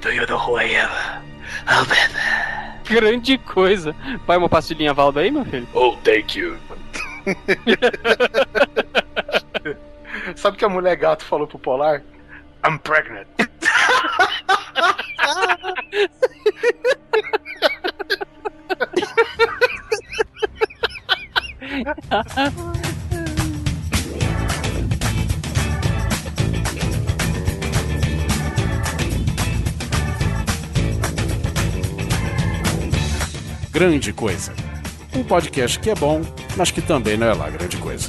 Do you know who I am? I'm Batman. Grande coisa. Vai uma pastilhinha Valdo aí, meu filho? Oh, thank you. Sabe o que a mulher gato falou pro Polar? I'm pregnant. Grande Coisa. Um podcast que é bom, mas que também não é lá grande coisa.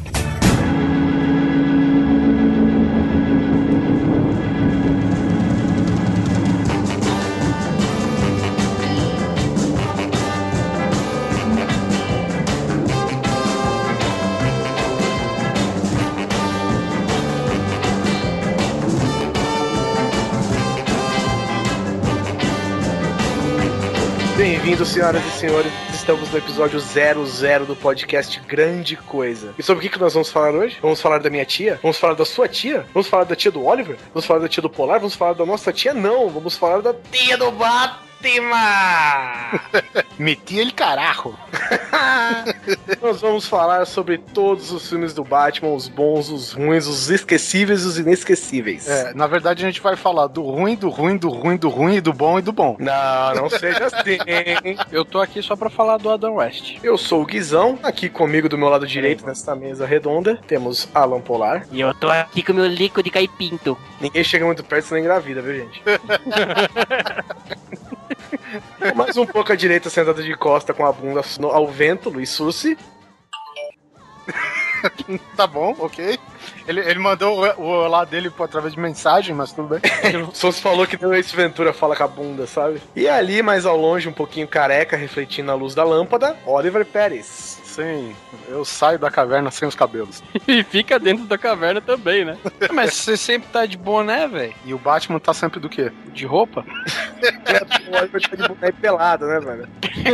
Bem-vindos, senhoras e senhores. Estamos no episódio 00 do podcast Grande Coisa. E sobre o que nós vamos falar hoje? Vamos falar da minha tia? Vamos falar da sua tia? Vamos falar da tia do Oliver? Vamos falar da tia do Polar? Vamos falar da nossa tia? Não, vamos falar da tia do Batman! Meti ele carajo! Nós vamos falar sobre todos os filmes do Batman, os bons, os ruins, os esquecíveis e os inesquecíveis. Na verdade a gente vai falar do ruim, do ruim, do ruim, do ruim, do bom e do bom. Não seja assim. Eu tô aqui só pra falar do Adam West. Eu sou o Guizão, aqui comigo do meu lado direito, nesta mesa redonda, temos Alan Polar. E eu tô aqui com o meu líquido de caipinto. Ninguém chega muito perto, senão engravida, viu, gente? Mais um pouco à direita, sentado de costa com a bunda ao vento, Luiz Sussi. Tá bom, ok. Ele mandou o olá dele através de mensagem, mas tudo bem. Sussi falou que o Ace Ventura fala com a bunda, sabe? E ali, mais ao longe, um pouquinho careca, refletindo a luz da lâmpada, Oliver Pérez. Sim, eu saio da caverna sem os cabelos. E fica dentro da caverna também, né? Mas você sempre tá de boné, velho. E o Batman tá sempre do quê? De roupa? O Oliver tá de boné pelado, né, velho?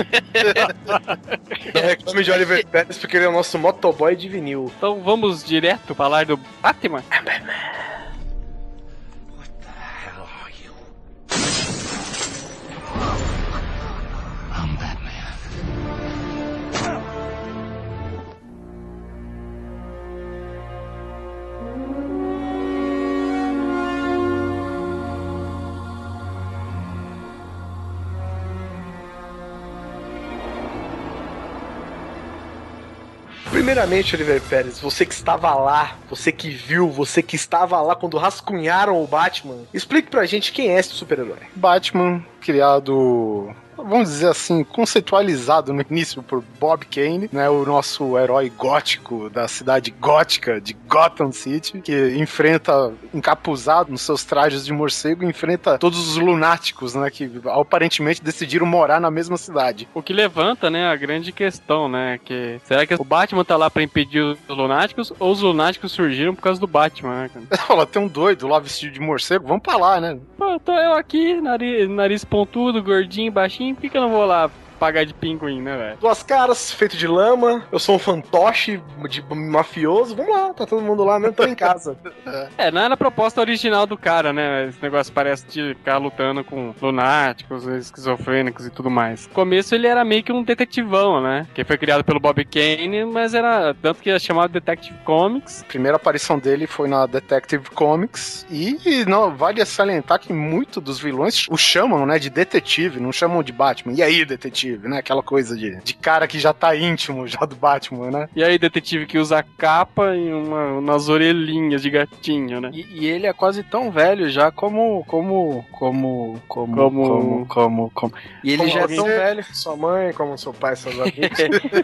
Não reclame de Oliver Pérez porque ele é o nosso motoboy de vinil. Então vamos direto falar do Batman? Primeiramente, Oliver Pérez, você que estava lá, você que viu, você que estava lá quando rascunharam o Batman, explique pra gente quem é esse super-herói. Batman, criado, vamos dizer assim, conceitualizado no início por Bob Kane, né, o nosso herói gótico da cidade gótica de Gotham City, que enfrenta, encapuzado nos seus trajes de morcego, enfrenta todos os lunáticos, né, que aparentemente decidiram morar na mesma cidade. O que levanta, né, a grande questão, né, que será que o Batman tá lá pra impedir os lunáticos ou os lunáticos surgiram por causa do Batman, né, cara? Fala, tem um doido lá vestido de morcego, vamos pra lá, né? Pô, tô eu aqui, nariz pontudo, gordinho, baixinho, por que eu não vou lá pagar de pinguim, né, velho? Duas caras, feito de lama, eu sou um fantoche de mafioso, vamos lá, tá todo mundo lá, mesmo tô em casa. Não era a proposta original do cara, né? Esse negócio parece de ficar lutando com lunáticos, esquizofrênicos e tudo mais. No começo ele era meio que um detetivão, né? Que foi criado pelo Bob Kane, mas era tanto que era chamado Detective Comics. A primeira aparição dele foi na Detective Comics e não, vale salientar que muitos dos vilões o chamam, né, de detetive, não chamam de Batman. E aí, detetive? Né? Aquela coisa de cara que já tá íntimo já do Batman, né? E aí, detetive que usa capa e umas orelhinhas de gatinho, né? E ele é quase tão velho já como. E ele já é tão velho. Sua mãe, como seu pai, seus amigos.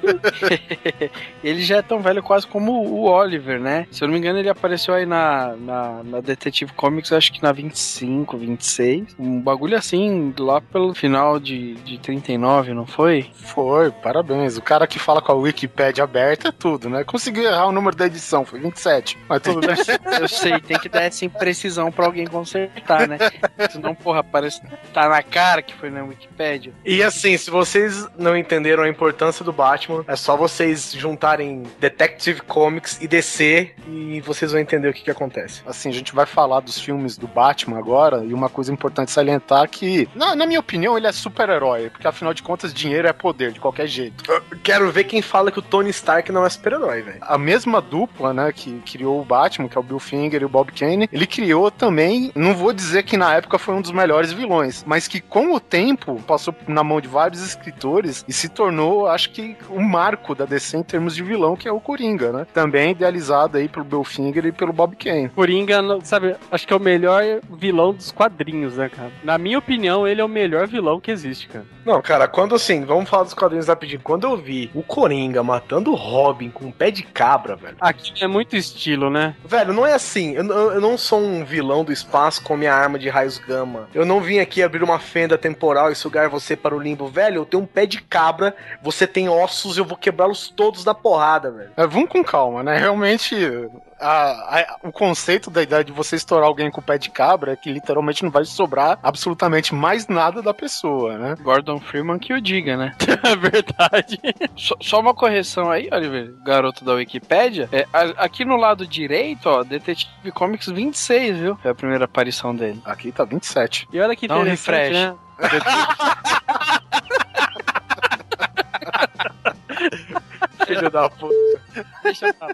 Ele já é tão velho quase como o Oliver, né? Se eu não me engano, ele apareceu aí na Detective Comics, acho que na 25, 26. Um bagulho assim, lá pelo final de 39, não foi? Foi, parabéns. O cara que fala com a Wikipédia aberta é tudo, né? Conseguiu errar o número da edição, foi 27. Mas tudo bem. Eu sei, tem que dar essa imprecisão pra alguém consertar, né? Senão, porra, parece tá na cara que foi na Wikipédia. E assim, se vocês não entenderam a importância do Batman, é só vocês juntarem Detective Comics e DC e vocês vão entender o que acontece. Assim, a gente vai falar dos filmes do Batman agora, e uma coisa importante salientar é que, na minha opinião, ele é super-herói, porque afinal de contas, dinheiro é poder, de qualquer jeito. Eu quero ver quem fala que o Tony Stark não é super-herói, velho. A mesma dupla, né, que criou o Batman, que é o Bill Finger e o Bob Kane, ele criou também, não vou dizer que na época foi um dos melhores vilões, mas que com o tempo passou na mão de vários escritores e se tornou, acho que, um marco da DC em termos de vilão, que é o Coringa, né? Também idealizado aí pelo Bill Finger e pelo Bob Kane. Coringa, sabe, acho que é o melhor vilão dos quadrinhos, né, cara? Na minha opinião, ele é o melhor vilão que existe, cara. Não, cara, quando assim, vamos falar dos quadrinhos rapidinho. Quando eu vi o Coringa matando o Robin com um pé de cabra, velho. Aqui é muito estilo, né? Velho, não é assim. Eu não sou um vilão do espaço com minha arma de raios gama. Eu não vim aqui abrir uma fenda temporal e sugar você para o limbo. Velho, eu tenho um pé de cabra, você tem ossos, eu vou quebrá-los todos na porrada, velho. Vamos com calma, né? Realmente, o conceito da ideia de você estourar alguém com o pé de cabra é que literalmente não vai sobrar absolutamente mais nada da pessoa, né? Gordon Freeman que o diga, né? É verdade. Só uma correção aí, Oliver, garoto da Wikipédia. Aqui no lado direito, ó, Detective Comics 26, viu? Foi a primeira aparição dele. Aqui tá 27. E olha que Dá um interessante, refresh. né? Filho da puta. Deixa eu falar.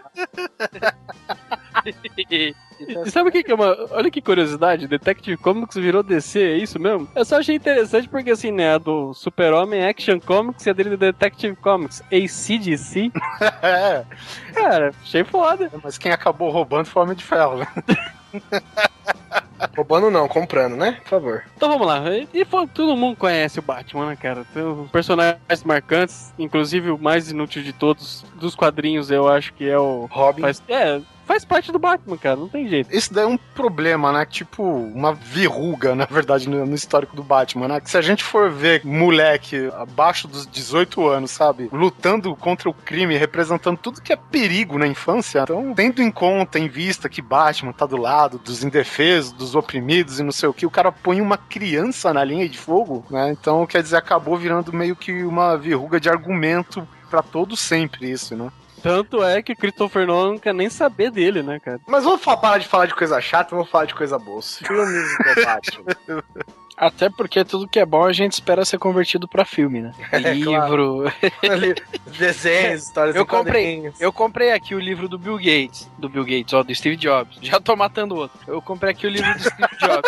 E sabe o que é uma... Olha que curiosidade, Detective Comics virou DC, é isso mesmo? Eu só achei interessante porque assim, né, a do Super-Homem Action Comics e a dele do Detective Comics, ACDC. É, Cara, achei foda. mas quem acabou roubando foi o Homem de Ferro, né? Roubando não, comprando, né? Por favor. Então vamos lá. Todo mundo conhece o Batman, né, cara? Tem os personagens marcantes, inclusive o mais inútil de todos dos quadrinhos, eu acho que é o Robin. Faz parte do Batman, cara, não tem jeito. Esse daí é um problema, né? Tipo, uma verruga, na verdade, no histórico do Batman, né? Que se a gente for ver moleque abaixo dos 18 anos, sabe? Lutando contra o crime, representando tudo que é perigo na infância, então, tendo em conta, em vista que Batman tá do lado dos indefesos, dos oprimidos e não sei o que, o cara põe uma criança na linha de fogo, né? Então, quer dizer, acabou virando meio que uma verruga de argumento pra todo sempre isso, né? Tanto é que o Christopher Nolan não quer nem saber dele, né, cara? Mas vamos parar de falar de coisa chata, vamos falar de coisa boa. Os filmes do Batman. Até porque tudo que é bom a gente espera ser convertido pra filme, né? Livro. Desenhos, histórias em quadrinhos. Eu comprei aqui o livro do Bill Gates, ó, do Steve Jobs. Já tô matando outro. Eu comprei aqui o livro do Steve Jobs.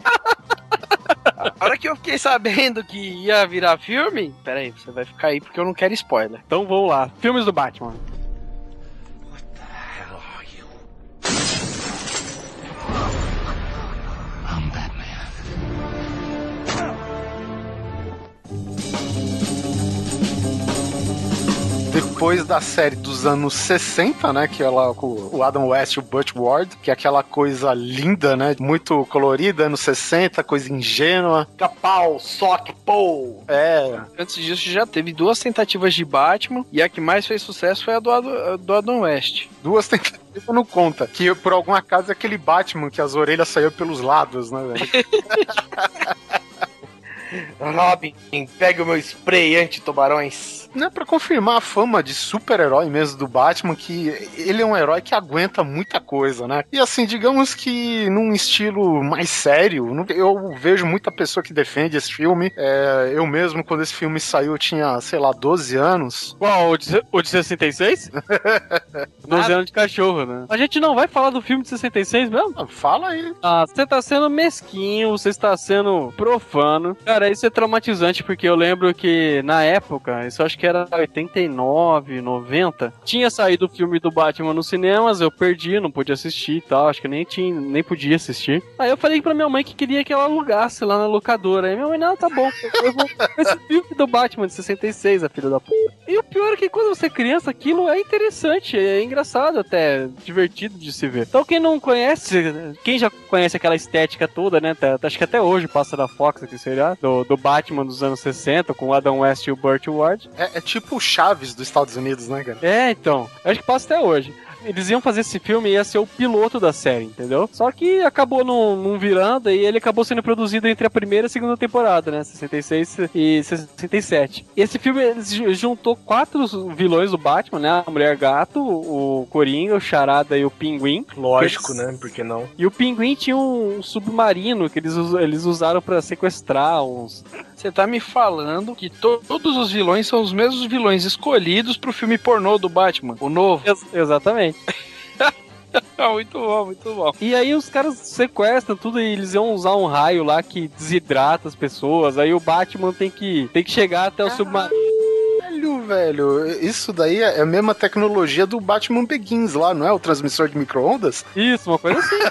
A hora que eu fiquei sabendo que ia virar filme, pera aí, você vai ficar aí porque eu não quero spoiler. Então vamos lá. Filmes do Batman. I'm Batman. Depois da série dos anos 60, né, que ela com o Adam West e o Butch Ward, que é aquela coisa linda, né, muito colorida, anos 60, coisa ingênua. Capau, soque, pou. É. Antes disso já teve 2 tentativas de Batman e a que mais fez sucesso foi a do Adam West. 2 tentativas não conta. Que por algum acaso é aquele Batman que as orelhas saíam pelos lados, né, velho? Robin, pega o meu spray anti-tubarões. Não é pra confirmar a fama de super-herói mesmo do Batman, que ele é um herói que aguenta muita coisa, né? E assim, digamos que num estilo mais sério, eu vejo muita pessoa que defende esse filme. Eu mesmo, quando esse filme saiu, eu tinha, sei lá, 12 anos. Qual? O de 66? 12 anos de cachorro, né? A gente não vai falar do filme de 66 mesmo? Ah, fala aí. Ah, você tá sendo mesquinho, você está sendo profano. Cara, isso é traumatizante, porque eu lembro que na época, isso eu acho que era 89, 90, tinha saído o filme do Batman nos cinemas, eu perdi, não pude assistir e tal, acho que nem podia assistir. Aí eu falei pra minha mãe que queria que ela alugasse lá na locadora. Aí minha mãe, não, tá bom, eu vou esse filme do Batman de 66, a filha da puta. E o pior é que quando você é criança, aquilo é interessante, é engraçado até, divertido de se ver. Então quem não conhece, quem já conhece aquela estética toda, né, acho que até hoje passa na Fox aqui, seriado, do Batman dos anos 60, com o Adam West e o Burt Ward. É tipo o Chaves dos Estados Unidos, né, cara? Então. Acho que passa até hoje. Eles iam fazer esse filme e ia ser o piloto da série, entendeu? Só que acabou não virando e ele acabou sendo produzido entre a primeira e a segunda temporada, né? 66 e 67. E esse filme juntou 4 vilões do Batman, né? A Mulher Gato, o Coringa, o Charada e o Pinguim. Lógico, né? Por que não? E o Pinguim tinha um submarino que eles usaram pra sequestrar uns... Você tá me falando que todos os vilões são os mesmos vilões escolhidos pro filme pornô do Batman, o novo. Exatamente. Muito bom, muito bom. E aí os caras sequestram tudo e eles iam usar um raio lá que desidrata as pessoas. Aí o Batman tem que chegar até o submarino. Velho, isso daí é a mesma tecnologia do Batman Begins lá, não é? O transmissor de micro-ondas? Isso, uma coisa assim.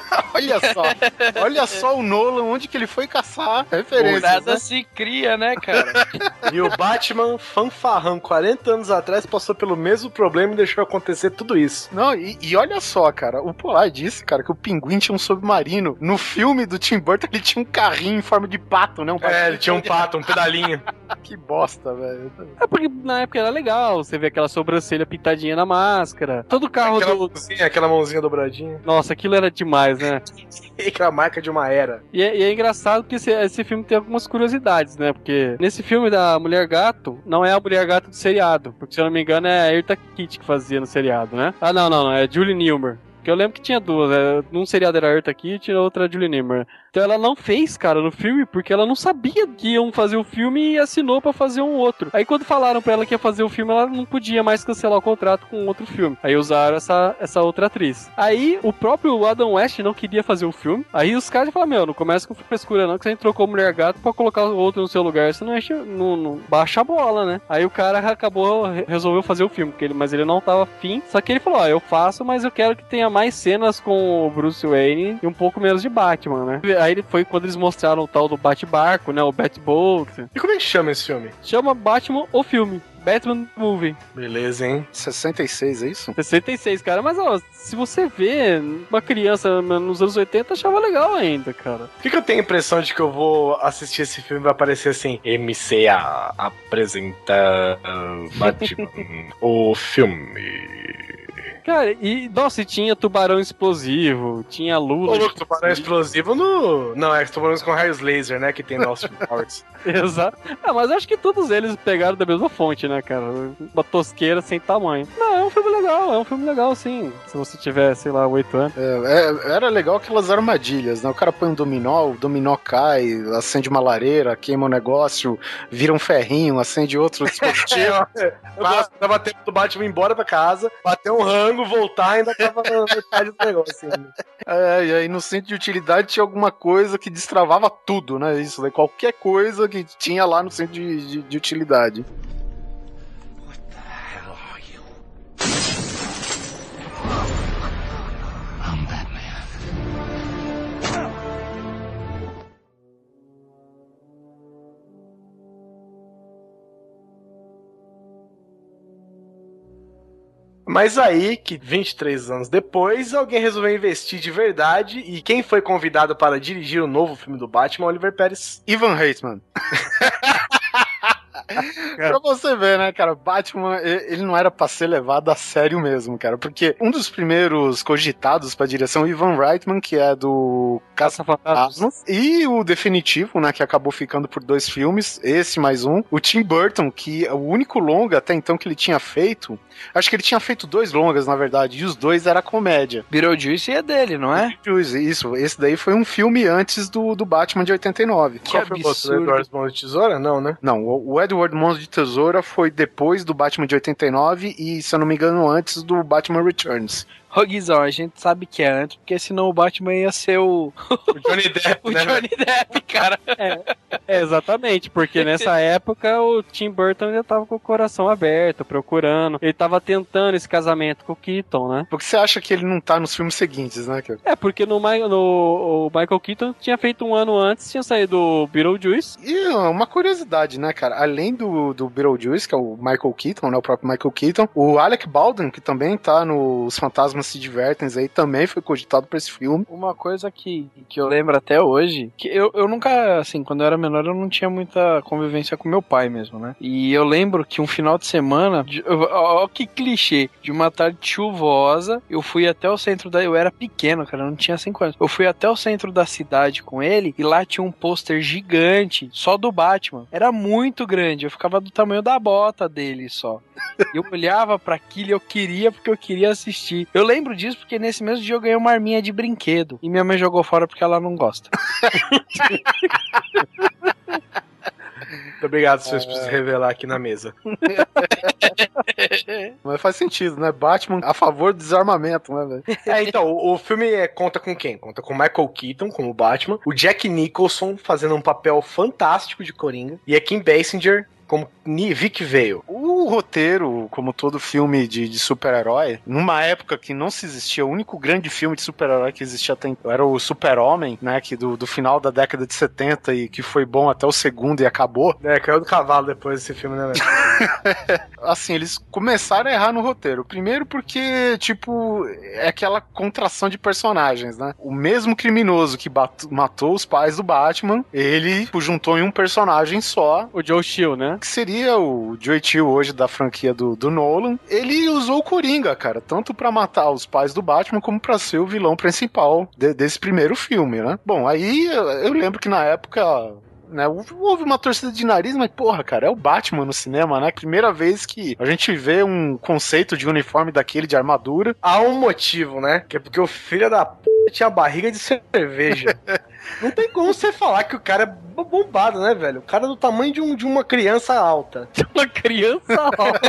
Olha só o Nolan, onde que ele foi caçar referências, nada né? se cria, né, cara? E o Batman, fanfarrão, 40 anos atrás, passou pelo mesmo problema e deixou acontecer tudo isso. Não, e olha só, cara, o Polar disse, cara, que o Pinguim tinha um submarino. No filme do Tim Burton, ele tinha um carrinho em forma de pato, né? Ele tinha um pato, um pedalinho. Que bosta, velho. É porque na época era legal, você vê aquela sobrancelha pintadinha na máscara. Todo carro aquela mãozinha dobradinha. Nossa, aquilo era demais, né? Aquela marca de uma era. E é engraçado que esse filme tem algumas curiosidades, né? Porque nesse filme da Mulher Gato, não é a Mulher Gato do seriado. Porque, se eu não me engano, é a Eartha Kitt que fazia no seriado, né? Ah, não. É Julie Newmar. Porque eu lembro que tinha duas. Num seriado era a Eartha Kitt e na outra a Julie Newmar. Então ela não fez, cara, no filme, porque ela não sabia que iam fazer o filme e assinou pra fazer um outro. Aí quando falaram pra ela que ia fazer o filme, ela não podia mais cancelar o contrato com outro filme. Aí usaram essa outra atriz. Aí o próprio Adam West não queria fazer o filme. Aí os caras falaram, não começa com frescura não, que você trocou Mulher Gato pra colocar o outro no seu lugar, você não baixa a bola, né? Aí o cara resolveu fazer o filme, mas ele não tava afim. Só que ele falou, eu faço, mas eu quero que tenha mais cenas com o Bruce Wayne e um pouco menos de Batman, né? Aí foi quando eles mostraram o tal do Bat-Barco, né? O Bat-Boat. E como é que chama esse filme? Chama Batman o filme. Batman Movie. Beleza, hein? 66, é isso? 66, cara. Mas, ó, se você vê, uma criança nos anos 80 achava legal ainda, cara. Por que eu tenho a impressão de que eu vou assistir esse filme e vai aparecer assim, MCA apresenta Batman, o filme... Cara, nossa, e tinha tubarão explosivo, tinha lula. Ô, tubarão explosivo no... Não, é tubarões com raios laser, né, que tem no Austin Powers. Exato. Mas acho que todos eles pegaram da mesma fonte, né, cara? Uma tosqueira sem tamanho. Não, é um filme legal, sim. Se você tiver, sei lá, 8 anos. Era legal aquelas armadilhas, né? O cara põe um dominó, o dominó cai, acende uma lareira, queima um negócio, vira um ferrinho, acende outro dispositivo. Eu gosto, tava tempo do Batman ir embora pra casa, bater um rango, voltar e ainda tava na metade do negócio. Assim. E aí no centro de utilidade tinha alguma coisa que destravava tudo, né? Isso, né? Qualquer coisa que tinha lá no centro de utilidade. What the hell are you? I'm Batman. Mas aí, que 23 anos depois, alguém resolveu investir de verdade, e quem foi convidado para dirigir o novo filme do Batman? Oliver Pérez. Ivan Reitman. Pra você ver, né, cara, Batman, ele não era pra ser levado a sério mesmo, cara, porque um dos primeiros cogitados pra direção, o Ivan Reitman, que é do Caça-Fantasmas, e o definitivo, né, que acabou ficando por 2 filmes, esse mais um, o Tim Burton, que o único longa até então que ele tinha feito, acho que ele tinha feito 2 longas, na verdade, e os 2 era comédia. Beetlejuice é dele, não é? Isso, esse daí foi um filme antes do Batman de 89. Que absurdo. O Edward Mãos de Tesoura? Não, né? Não, o Edward Mãos de Tesoura foi depois do Batman de 89 e, se eu não me engano, antes do Batman Returns. Roguizão, a gente sabe que é antes, porque senão o Batman ia ser o Johnny Depp, o Johnny Depp, cara. Exatamente, porque nessa época o Tim Burton já tava com o coração aberto, procurando. Ele tava tentando esse casamento com o Keaton, né? Por que você acha que ele não tá nos filmes seguintes, né, cara? Porque o Michael Keaton tinha feito um ano antes, tinha saído o Beetlejuice. E uma curiosidade, né, cara? Além do Beetlejuice, que é o Michael Keaton, né, o próprio Michael Keaton, o Alec Baldwin, que também tá nos Fantasmas Se Divertem aí, também foi cogitado pra esse filme. Uma coisa que eu lembro até hoje, que eu nunca, assim, quando eu era menor, eu não tinha muita convivência com meu pai mesmo, né? E eu lembro que um final de semana, ó que clichê, de uma tarde chuvosa, eu fui até o centro da... Eu era pequeno, cara, eu não tinha 5 anos. Eu fui até o centro da cidade com ele, e lá tinha um pôster gigante, só do Batman. Era muito grande, eu ficava do tamanho da bota dele só. Eu olhava pra aquilo e eu queria, porque eu queria assistir. Eu lembro disso porque nesse mesmo dia eu ganhei uma arminha de brinquedo. E minha mãe jogou fora porque ela não gosta. Muito obrigado, senhores, por se revelar aqui na mesa. Mas faz sentido, né? Batman a favor do desarmamento, né, velho? Então, o filme conta com quem? Conta com Michael Keaton como Batman, o Jack Nicholson fazendo um papel fantástico de Coringa, e a Kim Basinger como Vic Vale. O roteiro, como todo filme de super-herói, numa época que não se existia, o único grande filme de super-herói que existia até então era o Super-Homem, né, que do final da década de 70 e que foi bom até o segundo e acabou. Caiu do cavalo depois desse filme, né, velho? Assim, eles começaram a errar no roteiro. Primeiro porque, tipo, é aquela contração de personagens, né? O mesmo criminoso que matou os pais do Batman, ele juntou em um personagem só. O Joe Chill, né? Que seria o Joe Chill hoje da franquia do Nolan. Ele usou o Coringa, cara, tanto pra matar os pais do Batman como pra ser o vilão principal desse primeiro filme, né? Bom, aí eu lembro que na época, né, houve uma torcida de nariz, mas porra, cara, é o Batman no cinema, né? Primeira vez que a gente vê um conceito de uniforme daquele de armadura. Há um motivo, né? Que é porque o filho da p tinha barriga de cerveja. Não tem como você falar que o cara é bombado, né, velho? O cara é do tamanho de uma criança alta. Uma criança alta.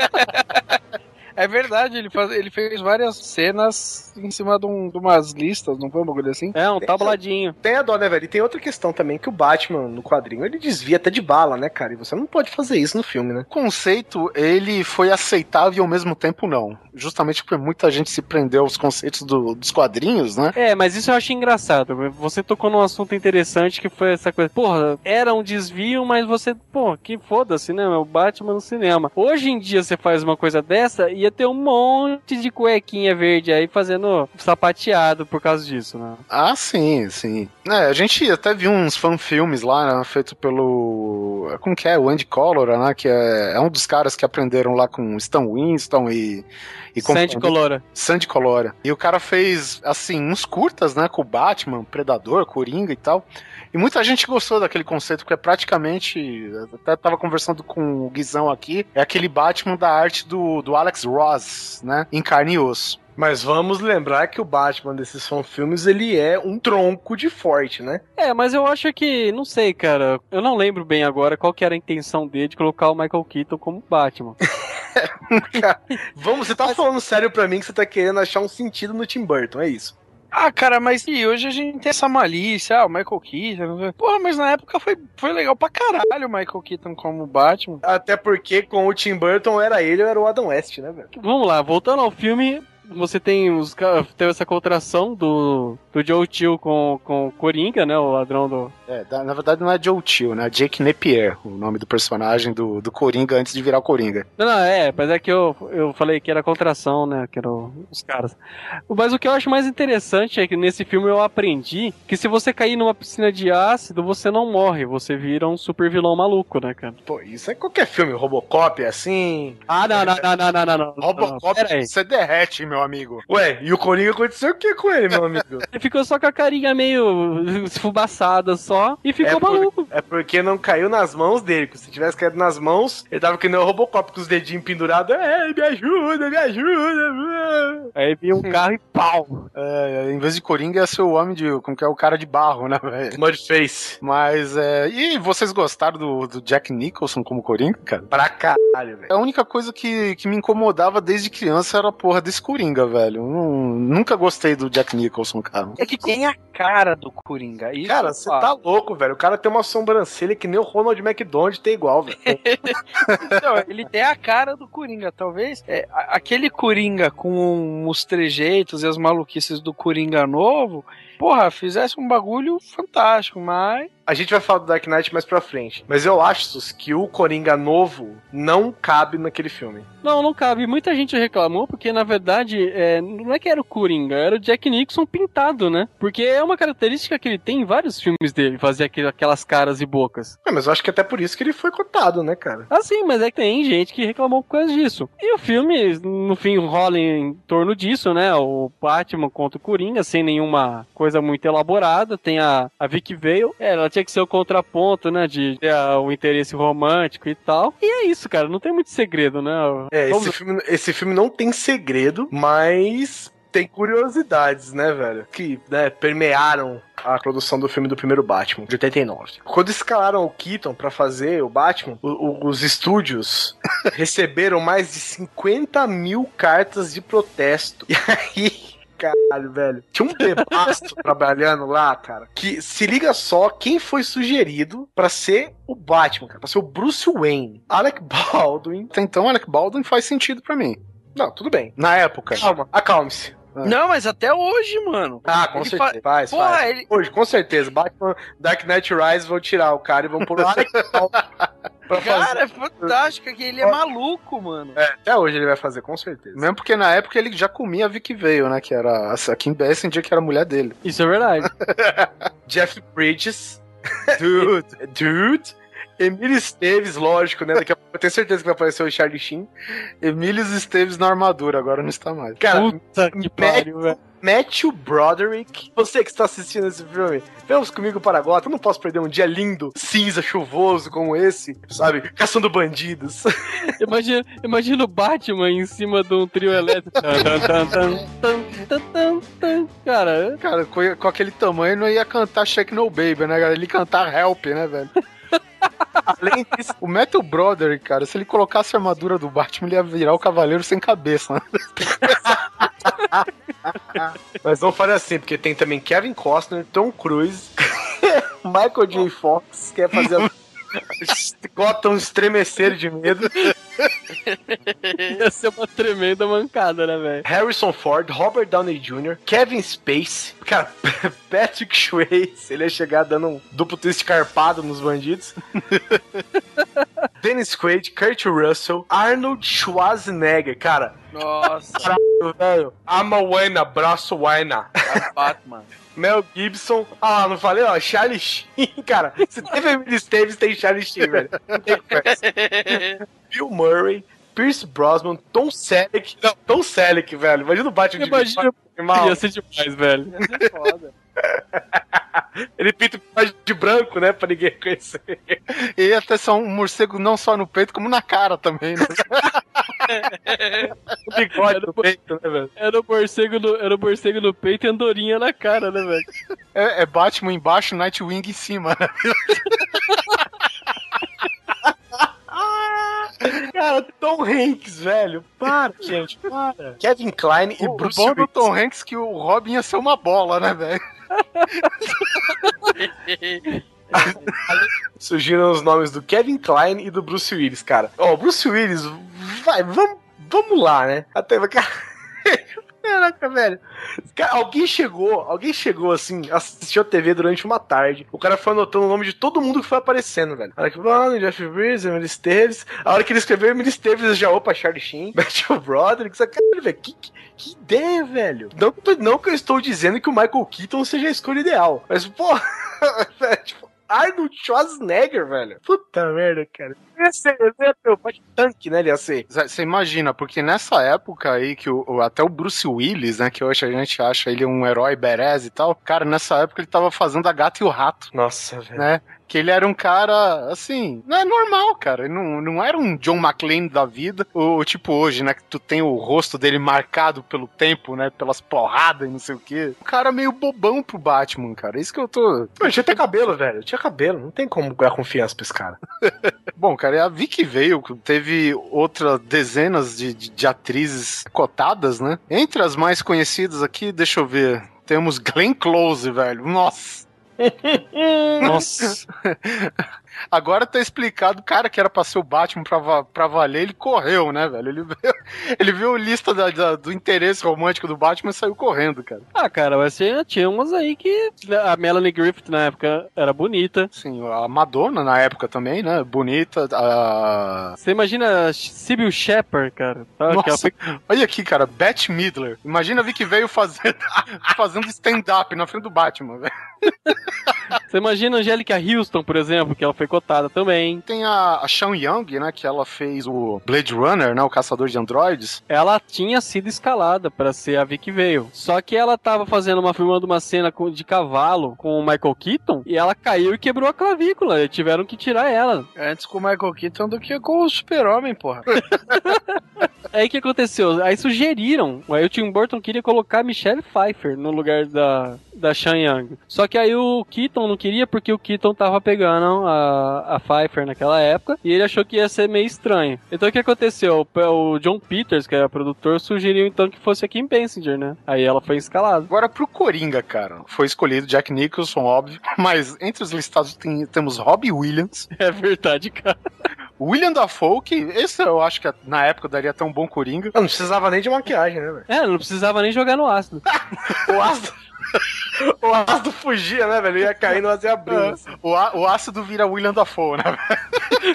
É verdade, ele fez várias cenas em cima de umas listas, não foi um bagulho assim? É, um tabladinho. Tem a dó, né, velho? E tem outra questão também, que o Batman, no quadrinho, ele desvia até de bala, né, cara? E você não pode fazer isso no filme, né? O conceito, ele foi aceitável e ao mesmo tempo não. Justamente porque muita gente se prendeu aos conceitos dos quadrinhos, né? É, mas isso eu achei engraçado. Você tocou num assunto interessante que foi essa coisa. Porra, era um desvio, mas você... Pô, que foda-se, né? O Batman no cinema. Hoje em dia você faz uma coisa dessa, ia ter um monte de cuequinha verde aí fazendo sapateado por causa disso, né? Ah, sim, sim. É, a gente até viu uns fanfilmes lá, né, feito pelo... Como que é? O Andy Collor, né? Que é um dos caras que aprenderam lá com Stan Winston e Sandy Colora. Sandy Colora. E o cara fez, assim, uns curtas, né? Com o Batman, Predador, Coringa e tal. E muita gente gostou daquele conceito, porque é praticamente... Até tava conversando com o Guizão aqui. É aquele Batman da arte do Alex Ross, né? Em carne e osso. Mas vamos lembrar que o Batman desses filmes ele é um tronco de forte, né? É, mas eu acho que, não sei, cara, eu não lembro bem agora qual que era a intenção dele de colocar o Michael Keaton como Batman. Cara, você tá falando sério pra mim que você tá querendo achar um sentido no Tim Burton, é isso? Ah, cara, mas e hoje a gente tem essa malícia, o Michael Keaton. Porra, mas na época foi legal pra caralho o Michael Keaton como Batman. Até porque com o Tim Burton era ele ou era o Adam West, né, velho? Vamos lá, voltando ao filme, você tem teve essa contração do Joe Chill com o Coringa, né, o ladrão do... Na verdade não é Joe Chill, né? Jake Napier, o nome do personagem do Coringa antes de virar o Coringa. Não, mas é que eu falei que era contração, né, que eram os caras. Mas o que eu acho mais interessante é que nesse filme eu aprendi que se você cair numa piscina de ácido, você não morre, você vira um super vilão maluco, né, cara? Pô, isso é qualquer filme, Robocop é assim... Ah, não. Robocop, você derrete, meu amigo. Ué, e o Coringa aconteceu o que com ele, meu amigo? Ele ficou só com a carinha meio esfumaçada só e ficou maluco. É porque não caiu nas mãos dele. Se tivesse caído nas mãos, ele tava que nem o Robocop com os dedinhos pendurados. Me ajuda, me ajuda. Aí vinha um carro e pau. Em vez de Coringa ia ser o homem como que é o cara de barro, né, velho? Mudface. Mas, e vocês gostaram do Jack Nicholson como Coringa, cara? Pra caralho, velho. A única coisa que me incomodava desde criança era a porra desse Coringa, velho. Eu nunca gostei do Jack Nicholson, cara. É que tem a cara do Coringa. Isso, cara, você tá louco, velho. O cara tem uma sobrancelha que nem o Ronald McDonald tem igual, velho. Então, ele tem a cara do Coringa. Talvez aquele Coringa com os trejeitos e as maluquices do Coringa novo, porra, fizesse um bagulho fantástico, mas... A gente vai falar do Dark Knight mais pra frente. Mas eu acho que o Coringa novo não cabe naquele filme. Não cabe. Muita gente reclamou porque, na verdade, não é que era o Coringa, era o Jack Nicholson pintado, né? Porque é uma característica que ele tem em vários filmes dele, fazer aquelas caras e bocas. Mas eu acho que até por isso que ele foi cotado, né, cara? Ah, sim, mas é que tem gente que reclamou por causa disso. E o filme, no fim, rola em torno disso, né? O Batman contra o Coringa, sem nenhuma coisa muito elaborada. Tem a Vicky Vale, ela tinha que ser o contraponto, né? De ter o interesse romântico e tal. E é isso, cara, não tem muito segredo, né? Esse filme não tem segredo, mas tem curiosidades, né, velho? Que, né, permearam a produção do filme do primeiro Batman, de 89. Quando escalaram o Keaton pra fazer o Batman, os estúdios receberam mais de 50 mil cartas de protesto. E aí... Caralho, velho. Tinha um debasto trabalhando lá, cara, que se liga só quem foi sugerido pra ser o Batman, cara, pra ser o Bruce Wayne. Alec Baldwin. Então, Alec Baldwin faz sentido pra mim. Não, tudo bem. Na época. Calma, acalme-se. Não, mas até hoje, mano. Ah, com certeza. Faz. Porra, ele... Hoje, com certeza. Batman, Dark Knight Rise vão tirar o cara e vão pôr o Alec Baldwin pra fazer. Cara, é fantástico, que ele é maluco, mano. Até hoje ele vai fazer, com certeza. Mesmo porque na época ele já comia a Vicky Vale, né? Que era a Kim Basinger, que era a mulher dele. Isso é verdade. Jeff Bridges. Dude. Emílio Esteves, lógico, né? Daqui a pouco eu tenho certeza que vai aparecer o Charlie Sheen. Emílio Esteves na armadura, agora não está mais. Cara, Puta que pariu, velho. Matthew Broderick. Você que está assistindo esse filme, vamos comigo para Gotham. Eu não posso perder um dia lindo, cinza, chuvoso como esse, sabe? Caçando bandidos. Imagina o Batman em cima de um trio elétrico. Cara, com aquele tamanho não ia cantar Shake No Baby, né, cara? Ele ia cantar Help, né, velho? Além disso, o Matthew Broderick, cara, se ele colocasse a armadura do Batman, ele ia virar o Cavaleiro Sem Cabeça, né? Mas não fale assim, porque tem também Kevin Costner, Tom Cruise, Michael J. Fox, quer fazer Gotham estremecer de medo. Ia ser uma tremenda mancada, né, velho? Harrison Ford, Robert Downey Jr., Kevin Spacey, cara, Patrick Swayze, ele ia chegar dando um duplo twist carpado nos bandidos. Dennis Quaid, Kurt Russell, Arnold Schwarzenegger, cara. Nossa. Caralho, velho. Ama Wayna, braço Wayna. Batman. Mel Gibson. Ah, não falei, ó, Charlie Sheen, cara. Se teve Emílio Esteves, tem Charlie Sheen, velho. Não tem conversa. Bill Murray, Pierce Brosnan, Tom Selleck. Não, Tom Selleck, velho. Imagina o Batman de mal. Ia ser demais, velho. Ia ser foda. Ele pinta o bigode de branco, né? Pra ninguém conhecer. E ia ter só um morcego não só no peito, como na cara também, né? O bigode no peito, né, velho? Era o morcego no peito e andorinha na cara, né, velho? É Batman embaixo, Nightwing em cima, né? Cara, Tom Hanks, velho. Para, gente, para. Kevin Kline e Bruce Willis. O bom do Tom Willis. Hanks é que o Robin ia ser uma bola, né, velho? Surgiram os nomes do Kevin Kline e do Bruce Willis, cara. Ó, o Bruce Willis, vai, vamos lá, né? Até, cara... Caraca, velho. Cara, alguém chegou assim, assistiu a TV durante uma tarde. O cara foi anotando o nome de todo mundo que foi aparecendo, velho. Alec Baldwin, Jeff Bridges, Emílio Esteves. A hora que ele escreveu Emílio Esteves, já opa, Charlie Sheen, Matthew Broderick. Caralho, velho, que ideia, velho. Não que eu estou dizendo que o Michael Keaton seja a escolha ideal. Mas, pô, tipo, Arnold Schwarzenegger, velho. Puta merda, cara. Ia ser o tanque, né? Ele ia ser. Você imagina, porque nessa época aí que até o Bruce Willis, né? Que hoje a gente acha ele um herói badass e tal. Cara, nessa época ele tava fazendo A Gata e o Rato. Nossa, velho. Né? Que ele era um cara, assim, não é normal, cara. Ele não era um John McClane da vida. Ou tipo hoje, né? Que tu tem o rosto dele marcado pelo tempo, né? Pelas porradas e não sei o quê. Um cara meio bobão pro Batman, cara. Isso que eu tô... Pô, tinha até cabelo, velho. Tinha cabelo. Não tem como dar confiança pra esse cara. Bom, cara, a Vicky Vale teve outras dezenas de atrizes cotadas, né? Entre as mais conhecidas aqui, deixa eu ver. Temos Glenn Close, velho. Nossa! Nossa. Agora tá explicado, o cara que era pra ser o Batman pra valer, ele correu, né, velho? Ele viu a lista do interesse romântico do Batman e saiu correndo, cara. Ah, cara, mas tinha umas aí que a Melanie Griffith na época era bonita. Sim, a Madonna na época também, né? Bonita. Você imagina a Sybil Shepherd, cara? Sabe? Nossa, olha aqui, cara, Bette Midler. Imagina a Vicky veio fazendo stand-up na frente do Batman, velho. Você imagina a Angélica Houston, por exemplo, que ela foi cotada também. Tem a Sean Young, né, que ela fez o Blade Runner, né, o Caçador de Androides. Ela tinha sido escalada pra ser a Vicky Vale. Só que ela tava filmando uma cena de cavalo com o Michael Keaton e ela caiu e quebrou a clavícula. E tiveram que tirar ela. Antes com o Michael Keaton do que com o Super-Homem, porra. Aí o que aconteceu? Aí sugeriram. Aí o Tim Burton queria colocar a Michelle Pfeiffer no lugar da Sean Young. Só que aí o Keaton não queria porque o Keaton tava pegando a Pfeiffer naquela época e ele achou que ia ser meio estranho. Então o que aconteceu? O John Peters, que era produtor, sugeriu então que fosse a Kim Basinger, né? Aí ela foi escalada. Agora pro Coringa, cara. Foi escolhido Jack Nicholson, óbvio. Mas entre os listados temos Robbie Williams. É verdade, cara. William Dafoe, que esse eu acho que na época daria até um bom Coringa. Não precisava nem de maquiagem, né, velho? Não precisava nem jogar no ácido. O ácido fugia, né, velho? Ia cair no ácido e abrindo. Assim. O ácido vira William Dafoe, né, velho?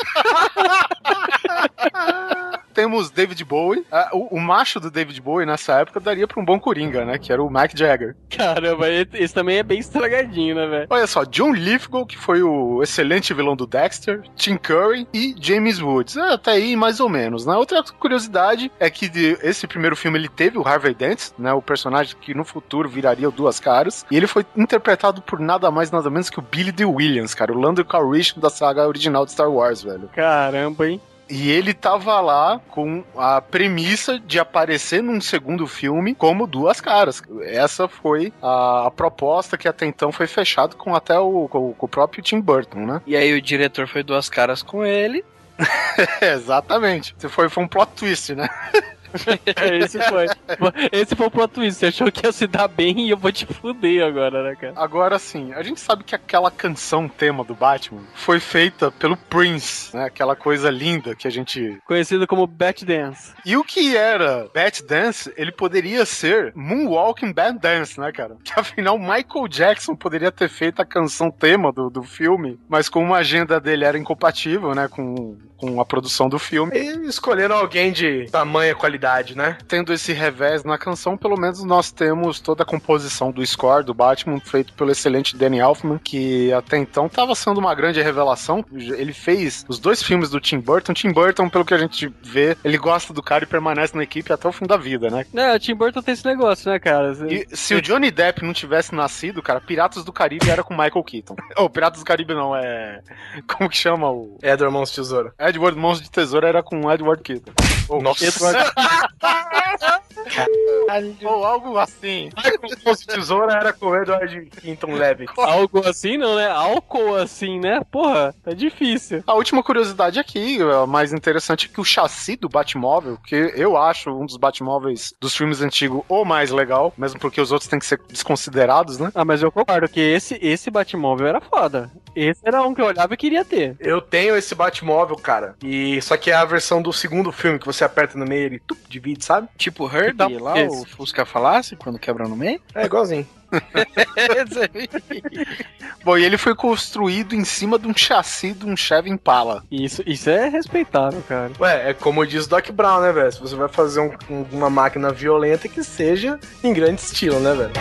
Temos David Bowie. O macho do David Bowie nessa época daria pra um bom Coringa, né? Que era o Mick Jagger. Caramba, esse também é bem estragadinho, né, velho? Olha só, John Lithgow, que foi o excelente vilão do Dexter, Tim Curry e James Woods. Até aí, mais ou menos, né? Outra curiosidade é que esse primeiro filme ele teve o Harvey Dent, né? O personagem que no futuro viraria o Duas Caras. E ele foi interpretado por nada mais, nada menos que o Billy Dee Williams, cara. O Lando Calrissian da saga original de Star Wars, velho. Caramba, hein? E ele tava lá com a premissa de aparecer num segundo filme como Duas Caras. Essa foi a proposta que até então foi fechada com até com o próprio Tim Burton, né? E aí o diretor foi Duas Caras com ele. Exatamente. Foi um plot twist, né? Esse foi o plot twist. Você achou que ia se dar bem e eu vou te fuder agora, né, cara? Agora sim, a gente sabe que aquela canção tema do Batman foi feita pelo Prince, né? Aquela coisa linda que a gente... Conhecida como Bat Dance. E o que era Bat Dance, ele poderia ser Moonwalking Bat Dance, né, cara? Que afinal Michael Jackson poderia ter feito a canção tema do filme, mas como a agenda dele era incompatível, né, com a produção do filme. E escolheram alguém de tamanha qualidade, né? Tendo esse revés na canção, pelo menos nós temos toda a composição do score do Batman, feito pelo excelente Danny Elfman, que até então estava sendo uma grande revelação. Ele fez os 2 filmes do Tim Burton. Tim Burton, pelo que a gente vê, ele gosta do cara e permanece na equipe até o fim da vida, né? O Tim Burton tem esse negócio, né, cara? E se o Johnny Depp não tivesse nascido, cara, Piratas do Caribe era com Michael Keaton. Piratas do Caribe não, como que chama o... Edward Mãos de Tesoura. Edward Mãos de Tesoura era com Edward Keaton. Nossa. Ou algo assim. Mãos de Tesoura era com Edward Keaton Levitt. Algo assim não, né? Álcool assim, né? Porra, tá difícil. A última curiosidade aqui, a mais interessante, é que o chassi do Batmóvel, que eu acho um dos Batmóveis dos filmes antigos o mais legal, mesmo porque os outros têm que ser desconsiderados, né? Ah, mas eu concordo que esse Batmóvel era foda. Esse era um que eu olhava e queria ter. Eu tenho esse Batmóvel, cara. E só que é a versão do segundo filme que você aperta no meio e ele divide, sabe? Tipo Herbie lá, esse. o Fusca Falasse, quando quebra no meio. É igualzinho. Bom, e ele foi construído em cima de um chassi de um Chevy Impala. Isso é respeitável, cara. Ué, é como diz o Doc Brown, né, velho? Se você vai fazer uma máquina violenta, que seja em grande estilo, né, velho?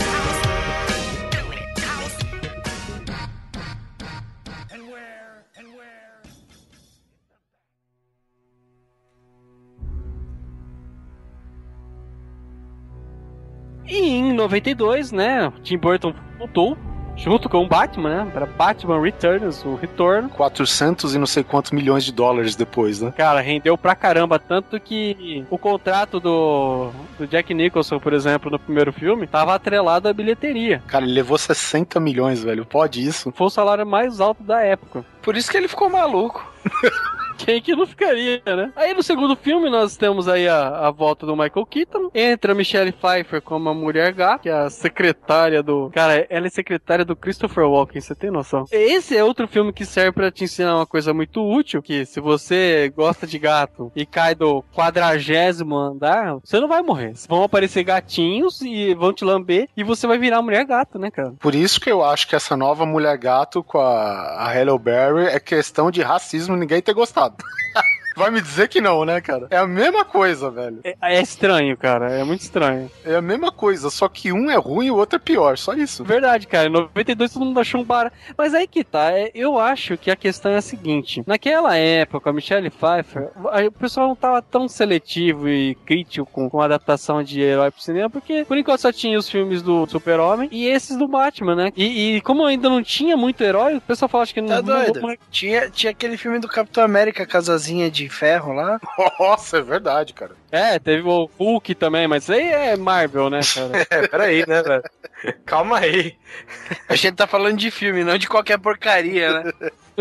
E em 92, né, Tim Burton voltou junto com o Batman, né, para Batman Returns, o retorno. 400 e não sei quantos milhões de dólares depois, né? Cara, rendeu pra caramba, tanto que o contrato do Jack Nicholson, por exemplo, no primeiro filme, tava atrelado à bilheteria. Cara, ele levou 60 milhões, velho. Pode isso? Foi o salário mais alto da época. Por isso que ele ficou maluco. Quem que não ficaria, né? Aí no segundo filme nós temos aí a volta do Michael Keaton. Entra a Michelle Pfeiffer como a mulher gato, que é a secretária do... Cara, ela é secretária do Christopher Walken, você tem noção? Esse é outro filme que serve pra te ensinar uma coisa muito útil, que se você gosta de gato e cai do 40º andar, você não vai morrer. Vão aparecer gatinhos e vão te lamber e você vai virar mulher gato, né, cara? Por isso que eu acho que essa nova mulher gato com a Halle Berry é questão de racismo, ninguém ter gostado. Vai me dizer que não, né, cara? É a mesma coisa, velho. É estranho, cara. É muito estranho. É a mesma coisa, só que um é ruim e o outro é pior, só isso. Verdade, cara. Em 92 todo mundo achou um barato. Mas aí que tá. Eu acho que a questão é a seguinte. Naquela época, a Michelle Pfeiffer, o pessoal não tava tão seletivo e crítico com a adaptação de herói pro cinema, porque por enquanto só tinha os filmes do Super-Homem e esses do Batman, né? E como ainda não tinha muito herói, o pessoal fala que não... Tá doido? Tinha aquele filme do Capitão América, Casazinha de Ferro lá. Nossa, é verdade, cara. Teve o Hulk também, mas isso aí é Marvel, né, cara? Peraí, né, velho? Calma aí. A gente tá falando de filme, não de qualquer porcaria, né?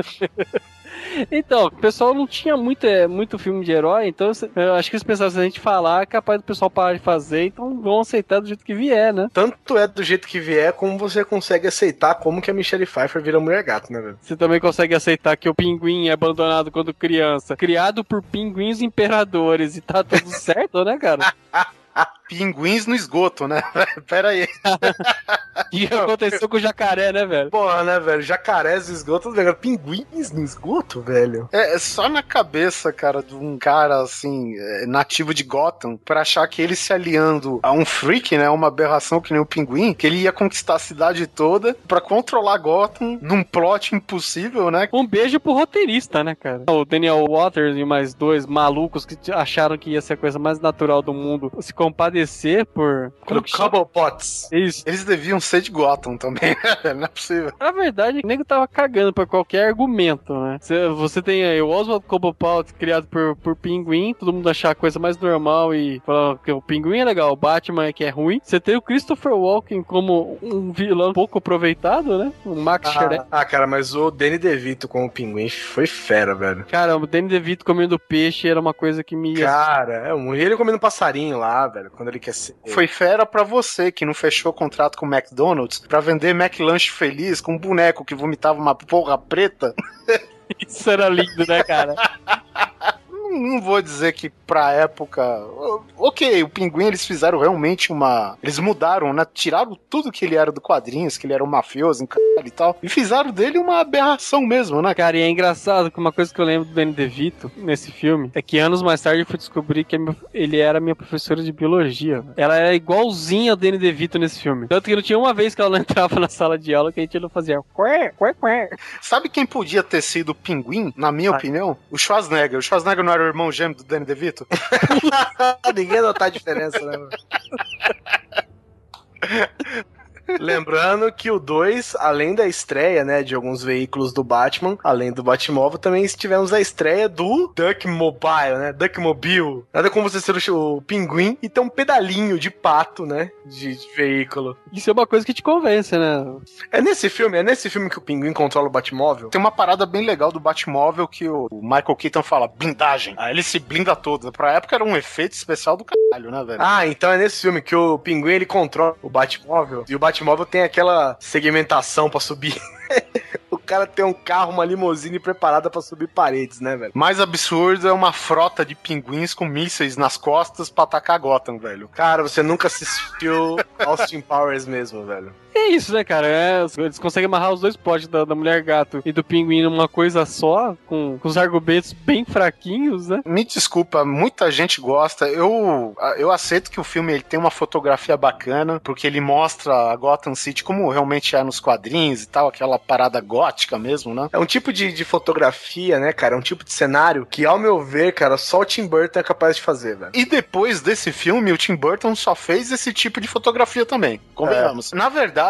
Então, o pessoal não tinha muito filme de herói, então eu acho que eles pensaram, se a gente falar, é capaz do pessoal parar de fazer, então vão aceitar do jeito que vier, né? Tanto é do jeito que vier, como você consegue aceitar como que a Michelle Pfeiffer vira mulher gato, né, velho? Você também consegue aceitar que o pinguim é abandonado quando criança, criado por pinguins imperadores, e tá tudo certo, né, cara? Pinguins no esgoto, né? Pera aí. E aconteceu com o jacaré, né, velho? Porra, né, velho? Jacarés no esgoto, velho. Pinguins no esgoto, velho? É só na cabeça, cara, de um cara, assim, nativo de Gotham, pra achar que ele se aliando a um freak, né, uma aberração que nem o pinguim, que ele ia conquistar a cidade toda pra controlar Gotham num plot impossível, né? Um beijo pro roteirista, né, cara? O Daniel Waters e mais dois malucos que acharam que ia ser a coisa mais natural do mundo se compadecer por... Cobblepots. Isso. Eles deviam ser de Gotham também, não é possível. Na verdade, o nego tava cagando pra qualquer argumento, né? Você tem aí o Oswald Cobblepot criado por pinguim, todo mundo achar a coisa mais normal e falar que o pinguim é legal, o Batman é que é ruim. Você tem o Christopher Walken como um vilão pouco aproveitado, né? O Max Schreck. Cara, mas o Danny DeVito como pinguim foi fera, velho. Cara, o Danny DeVito comendo peixe era uma coisa que me... Cara, ele comendo passarinho lá, velho, quando ele quer ser... Foi fera pra você que não fechou contrato com o McDonald's pra vender McLanche feliz com um boneco que vomitava uma porra preta. Isso era lindo, né, cara? Não vou dizer que pra época... Ok, o Pinguim eles fizeram realmente uma... Eles mudaram, né? Tiraram tudo que ele era do quadrinhos, que ele era um mafioso, e tal, e fizeram dele uma aberração mesmo, né? Cara, e é engraçado que uma coisa que eu lembro do Danny DeVito nesse filme é que anos mais tarde eu fui descobrir que ele era minha professora de biologia. Ela era igualzinha ao Danny DeVito nesse filme. Tanto que não tinha uma vez que ela não entrava na sala de aula que a gente não fazia quê. Sabe quem podia ter sido o Pinguim, na minha opinião? O Schwarzenegger. O Schwarzenegger não era o irmão gêmeo do Danny DeVito? Ninguém notar a diferença, né, mano? Lembrando que o 2, além da estreia, né, de alguns veículos do Batman, além do Batmóvel, também tivemos a estreia do Duckmobile, né, Duckmobile. Nada como você ser o pinguim e ter um pedalinho de pato, né, de veículo. Isso é uma coisa que te convence, né? É nesse filme que o pinguim controla o Batmóvel? Tem uma parada bem legal do Batmóvel que o Michael Keaton fala, blindagem. Aí ele se blinda todo. Pra época era um efeito especial do caralho, né, velho? Ah, então é nesse filme que o pinguim, ele controla o Batmóvel e o Batmóvel tem aquela segmentação pra subir. O cara tem um carro, uma limusine preparada pra subir paredes, né, velho? Mais absurdo é uma frota de pinguins com mísseis nas costas pra atacar Gotham, velho. Cara, você nunca assistiu Austin Powers mesmo, velho. É isso, né, cara? Eles conseguem amarrar os dois potes da Mulher Gato e do Pinguim numa coisa só, com os argumentos bem fraquinhos, né? Me desculpa, muita gente gosta. Eu aceito que o filme ele tem uma fotografia bacana, porque ele mostra a Gotham City como realmente é nos quadrinhos e tal, aquela parada gótica mesmo, né? É um tipo de fotografia, né, cara? É um tipo de cenário que, ao meu ver, cara, só o Tim Burton é capaz de fazer, velho. E depois desse filme, o Tim Burton só fez esse tipo de fotografia também. Convenhamos. Na verdade,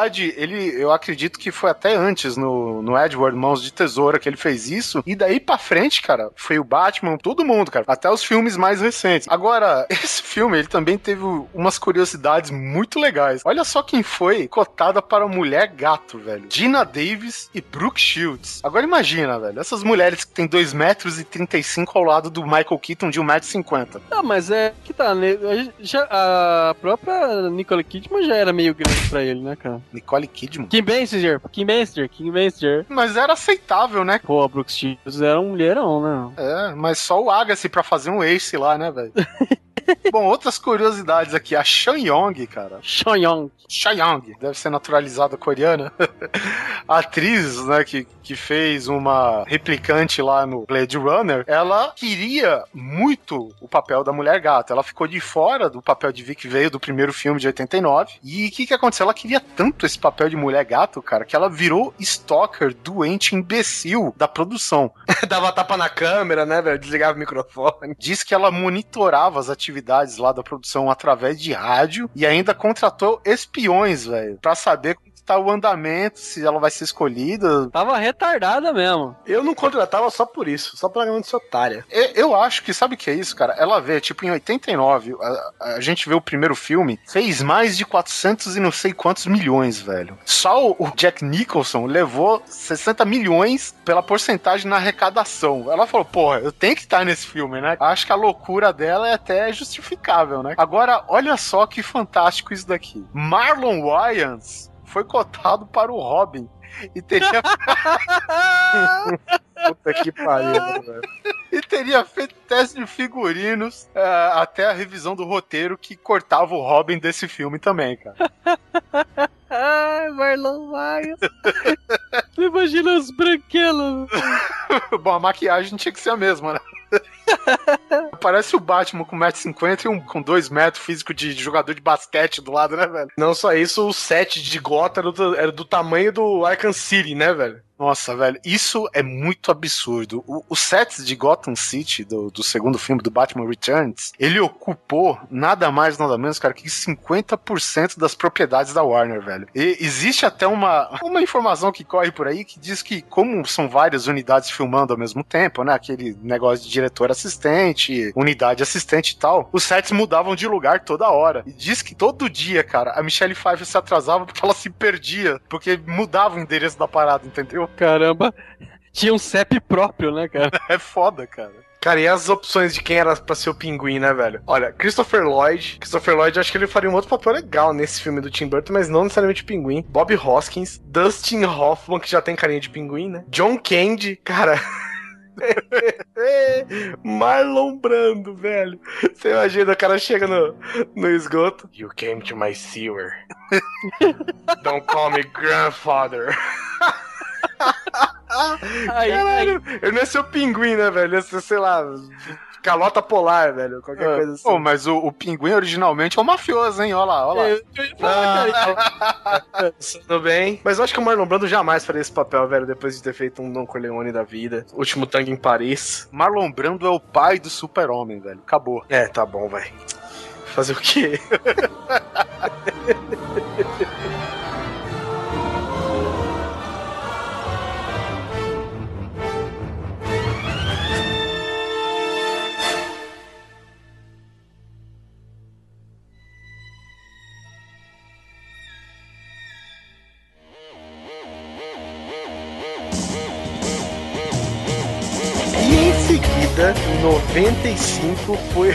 verdade, eu acredito que foi até antes no Edward Mãos de Tesoura que ele fez isso. E daí pra frente, cara, foi o Batman, todo mundo, cara. Até os filmes mais recentes. Agora, esse filme, ele também teve umas curiosidades muito legais. Olha só quem foi cotada para Mulher Gato, velho. Gina Davis e Brooke Shields. Agora imagina, velho. Essas mulheres que tem 2,35 m ao lado do Michael Keaton de 1,50 m. Ah, mas é que tá, né? A própria Nicole Kidman já era meio grande pra ele, né, cara? Nicole Kidman? Kim Basinger. Mas era aceitável, né? Pô, a Brooke Shields era um mulherão, né? É, mas só o Agassi pra fazer um ace lá, né, velho? Bom, outras curiosidades aqui. A Sean Young, cara. Sean Young. Deve ser naturalizada coreana. A atriz, né, que fez uma replicante lá no Blade Runner, ela queria muito o papel da Mulher Gato. Ela ficou de fora do papel de Vic Vale do primeiro filme de 89. E o que aconteceu? Ela queria tanto esse papel de Mulher Gato, cara, que ela virou stalker, doente, imbecil da produção. Dava tapa na câmera, né, velho? Desligava o microfone. Diz que ela monitorava as atividades lá da produção através de rádio e ainda contratou espiões, velho, pra saber como tá o andamento, se ela vai ser escolhida. Tava retardada mesmo. Eu não contratava só por isso, só pra ganhar de otária. Eu acho que, sabe o que é isso, cara? Ela vê, tipo, em 89, a gente vê o primeiro filme, fez mais de 400 e não sei quantos milhões, velho. Só o Jack Nicholson levou 60 milhões pela porcentagem na arrecadação. Ela falou, porra, eu tenho que estar nesse filme, né? Acho que a loucura dela é até justificável, né? Agora, olha só que fantástico isso daqui. Marlon Wayans foi cotado para o Robin e teria... Puta que pariu, velho. E teria feito teste de figurinos até a revisão do roteiro que cortava o Robin desse filme também, cara. Ai, Marlon Wayans. Imagina os branquelos. Bom, a maquiagem tinha que ser a mesma, né? Parece o Batman com 1,50 m e com 2 metros físico de jogador de basquete do lado, né, velho? Não só isso, o set de Gotham era do tamanho do Arkham City, né, velho? Nossa, velho, isso é muito absurdo. Os sets de Gotham City, do segundo filme do Batman Returns, ele ocupou nada mais, nada menos, cara, que 50% das propriedades da Warner, velho. E existe até uma informação que corre por aí que diz que, como são várias unidades filmando ao mesmo tempo, né, aquele negócio de diretor assistente, unidade assistente e tal, os sets mudavam de lugar toda hora. E diz que todo dia, cara, a Michelle Pfeiffer se atrasava porque ela se perdia, porque mudava o endereço da parada, entendeu? Caramba, tinha um CEP próprio, né, cara? É foda, cara. Cara, e as opções de quem era pra ser o Pinguim, né, velho? Olha, Christopher Lloyd, acho que ele faria um outro papel legal nesse filme do Tim Burton, mas não necessariamente o Pinguim. Bob Hoskins, Dustin Hoffman, que já tem carinha de Pinguim, né? John Candy, cara... Marlon Brando, velho. Você imagina, o cara chega no esgoto. You came to my sewer. Don't call me grandfather. Caralho, ele não é seu Pinguim, né, velho? Ele é seu, sei lá, calota polar, velho. Qualquer coisa assim. Pô, mas o Pinguim originalmente é um mafioso, hein? Olha lá. Tudo bem. Mas eu acho que o Marlon Brando jamais faria esse papel, velho, depois de ter feito um Don Corleone da vida. Último Tango em Paris. Marlon Brando é o pai do Super-Homem, velho. Acabou. É, tá bom, velho. Fazer o quê? Em 95 foi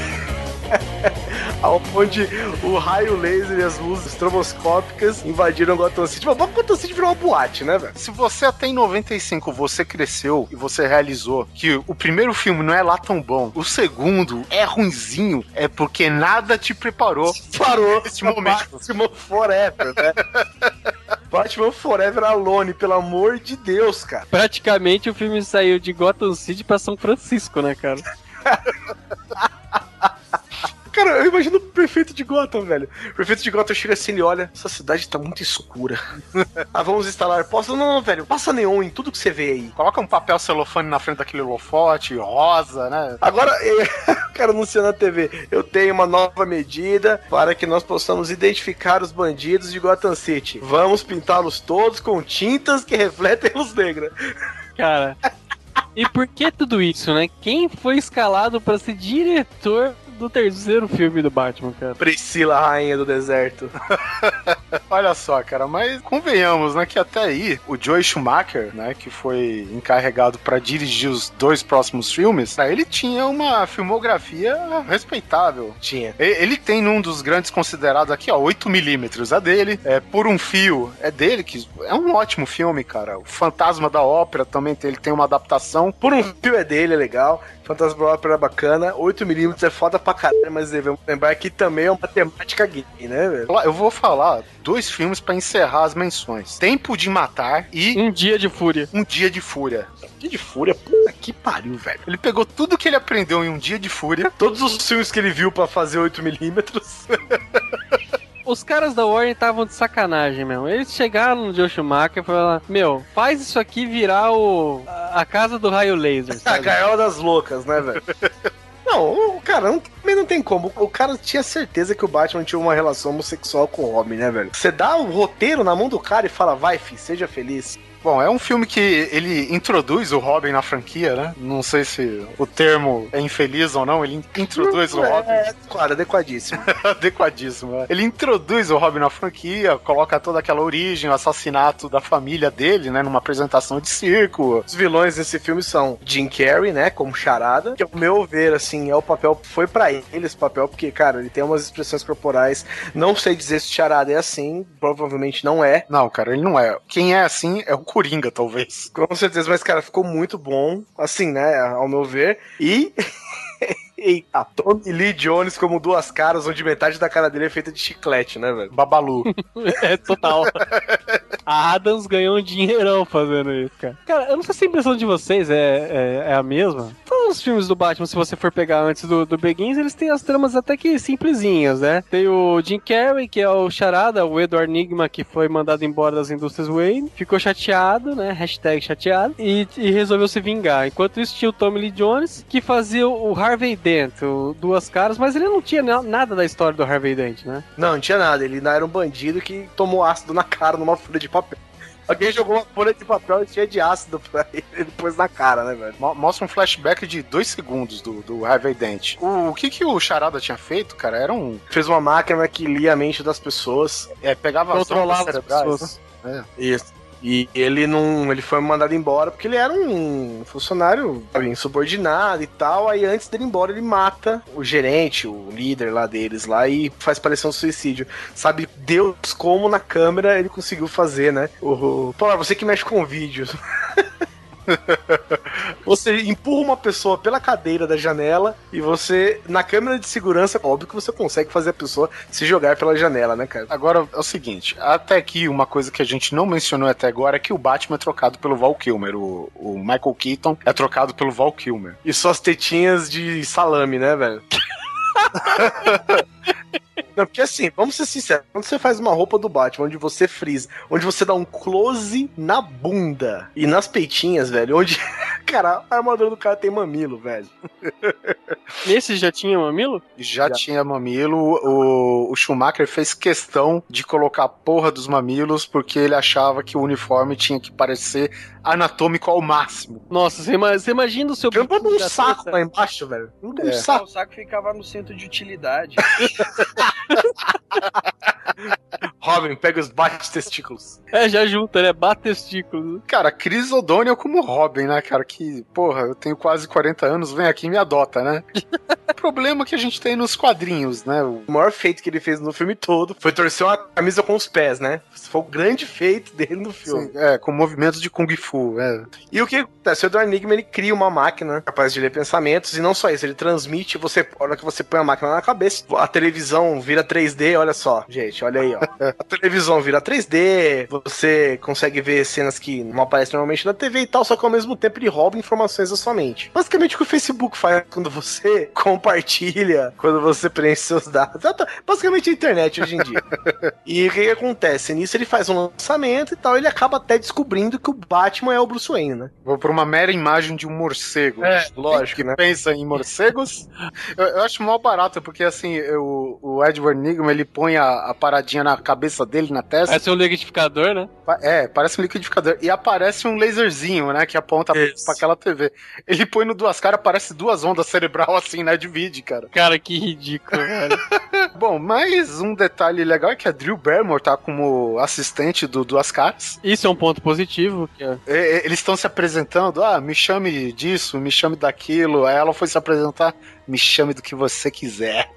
onde o raio laser e as luzes estroboscópicas invadiram Gotham City. Mas Gotham City virou uma boate, né, velho? Se você até em 95 você cresceu e você realizou que o primeiro filme não é lá tão bom, o segundo é ruinzinho, é porque nada te preparou Parou esse momento. Batman Forever, né? Batman Forever Alone, pelo amor de Deus, cara. Praticamente o filme saiu de Gotham City pra São Francisco, né, cara? Cara, eu imagino o prefeito de Gotham, velho. O prefeito de Gotham chega assim e olha, essa cidade tá muito escura. Vamos instalar. Não, velho, passa neon em tudo que você vê aí. Coloca um papel celofane na frente daquele holofote, rosa, né? Agora, o cara anuncia na TV, eu tenho uma nova medida para que nós possamos identificar os bandidos de Gotham City. Vamos pintá-los todos com tintas que refletem luz negra. Cara, e por que tudo isso, né? Quem foi escalado para ser diretor do terceiro filme do Batman, cara? Priscila, rainha do deserto. Olha só, cara, mas convenhamos, né, que até aí o Joel Schumacher, né, que foi encarregado pra dirigir os 2 próximos filmes, ele tinha uma filmografia respeitável. Tinha. Ele tem num dos grandes considerados aqui, ó, 8mm, é dele. Por um Fio, é dele, que é um ótimo filme, cara. O Fantasma da Ópera também ele tem uma adaptação. Por um Fio é dele, é legal. Fantasma da Ópera é bacana. 8mm é foda pra caralho, mas devemos lembrar que também é uma temática gay, né, velho? Eu vou falar 2 filmes pra encerrar as menções. Tempo de Matar e Um Dia de Fúria. Um Dia de Fúria. Dia de Fúria, puta que pariu, velho. Ele pegou tudo que ele aprendeu em Um Dia de Fúria. Todos os filmes que ele viu pra fazer 8mm. Os caras da Warner estavam de sacanagem, meu. Eles chegaram no Joe Schumacher e falaram: meu, faz isso aqui virar a casa do raio laser. A gaiola das loucas, né, velho? Não, o cara também não tem como. O cara tinha certeza que o Batman tinha uma relação homossexual com o Robin, né, velho? Você dá o roteiro na mão do cara e fala, vai, filho, seja feliz. Bom, é um filme que ele introduz o Robin na franquia, né? Não sei se o termo é infeliz ou não, ele introduz o Robin. Claro, adequadíssimo. Adequadíssimo, né? Ele introduz o Robin na franquia, coloca toda aquela origem, o assassinato da família dele, né? Numa apresentação de circo. Os vilões desse filme são Jim Carrey, né? Como Charada. Que, ao meu ver, assim, foi pra ele esse papel, porque, cara, ele tem umas expressões corporais. Não sei dizer se Charada é assim, provavelmente não é. Não, cara, ele não é. Quem é assim é o Coringa, talvez. Com certeza, mas, cara, ficou muito bom, assim, né, ao meu ver. E... Eita, Tommy Lee Jones como Duas Caras, onde metade da cara dele é feita de chiclete, né, velho? Babalu. É, total. A Adams ganhou um dinheirão fazendo isso, cara. Cara, eu não sei se a impressão de vocês é a mesma. Todos os filmes do Batman, se você for pegar antes do Begins, eles têm as tramas até que simplesinhas, né? Tem o Jim Carrey, que é o Charada, o Edward Nygma, que foi mandado embora das indústrias Wayne, ficou chateado, né? Hashtag chateado, e resolveu se vingar. Enquanto isso, tinha o Tommy Lee Jones, que fazia o Harvey Dent, o Duas Caras, mas ele não tinha nada da história do Harvey Dent, né? Não tinha nada. Ele ainda era um bandido que tomou ácido na cara numa folha de papel. Alguém jogou uma folha de papel cheia de ácido pra ele e depois na cara, né, velho? Mostra um flashback de 2 segundos do Harvey Dent. O que o Charada tinha feito, cara, era Fez uma máquina que lia a mente das pessoas. Pegava controlava as pessoas. Né? Isso. E ele foi mandado embora porque ele era um funcionário, sabe, insubordinado e tal. Aí antes dele ir embora, ele mata o gerente, o líder lá deles lá e faz parecer um suicídio. Sabe Deus como na câmera ele conseguiu fazer, né? Pô, você que mexe com vídeos. Você empurra uma pessoa pela cadeira da janela e você, na câmera de segurança, óbvio que você consegue fazer a pessoa se jogar pela janela, né, cara? Agora, é o seguinte, até aqui uma coisa que a gente não mencionou até agora é que o Batman é trocado pelo Val Kilmer, o Michael Keaton é trocado pelo Val Kilmer. E suas tetinhas de salame, né, velho? Não, porque assim, vamos ser sinceros, quando você faz uma roupa do Batman, onde você frisa, onde você dá um close na bunda e nas peitinhas, velho, onde, cara, a armadura do cara tem mamilo, velho. Esse já tinha mamilo? Já tinha mamilo, o Schumacher fez questão de colocar a porra dos mamilos porque ele achava que o uniforme tinha que parecer anatômico ao máximo. Nossa, você imagina o seu... Eu mando um saco lá embaixo, velho. Um saco. O saco ficava no centro de utilidade. Robin, pega os bate-testículos. Já junta, né? Bate-testículos. Cara, Chris O'Donnell como Robin, né, cara? Que, porra, eu tenho quase 40 anos, vem aqui e me adota, né? O problema que a gente tem nos quadrinhos, né? O maior feito que ele fez no filme todo foi torcer uma camisa com os pés, né? Esse foi o grande feito dele no filme. Sim, com movimentos de Kung Fu, E o que acontece? O Edward Nygma, ele cria uma máquina capaz de ler pensamentos, e não só isso, ele transmite, a hora que você põe a máquina na cabeça, a televisão vira 3D, olha só, gente, olha aí, ó. A televisão vira 3D, você consegue ver cenas que não aparecem normalmente na TV e tal, só que ao mesmo tempo ele rouba informações da sua mente. Basicamente o que o Facebook faz quando você compartilha, quando você preenche seus dados. Basicamente a internet hoje em dia. E o que acontece? Nisso ele faz um lançamento e tal, ele acaba até descobrindo que o Batman é o Bruce Wayne, né? Vou por uma mera imagem de um morcego. Lógico, que né? pensa em morcegos. Eu acho mal barato, porque assim, o Edward Nygma, ele põe a paradinha na cabeça dele, na testa. Parece um liquidificador, né? Parece um liquidificador. E aparece um laserzinho, né, que aponta pra aquela TV. Ele põe no Duas Caras, aparece duas ondas cerebral assim, né, divide, cara. Cara, que ridículo, velho. Bom, mais um detalhe legal é que a Drew Barrymore tá como assistente do Duas Caras. Isso é um ponto positivo. Eles estão se apresentando, me chame disso, me chame daquilo. Aí ela foi se apresentar, me chame do que você quiser.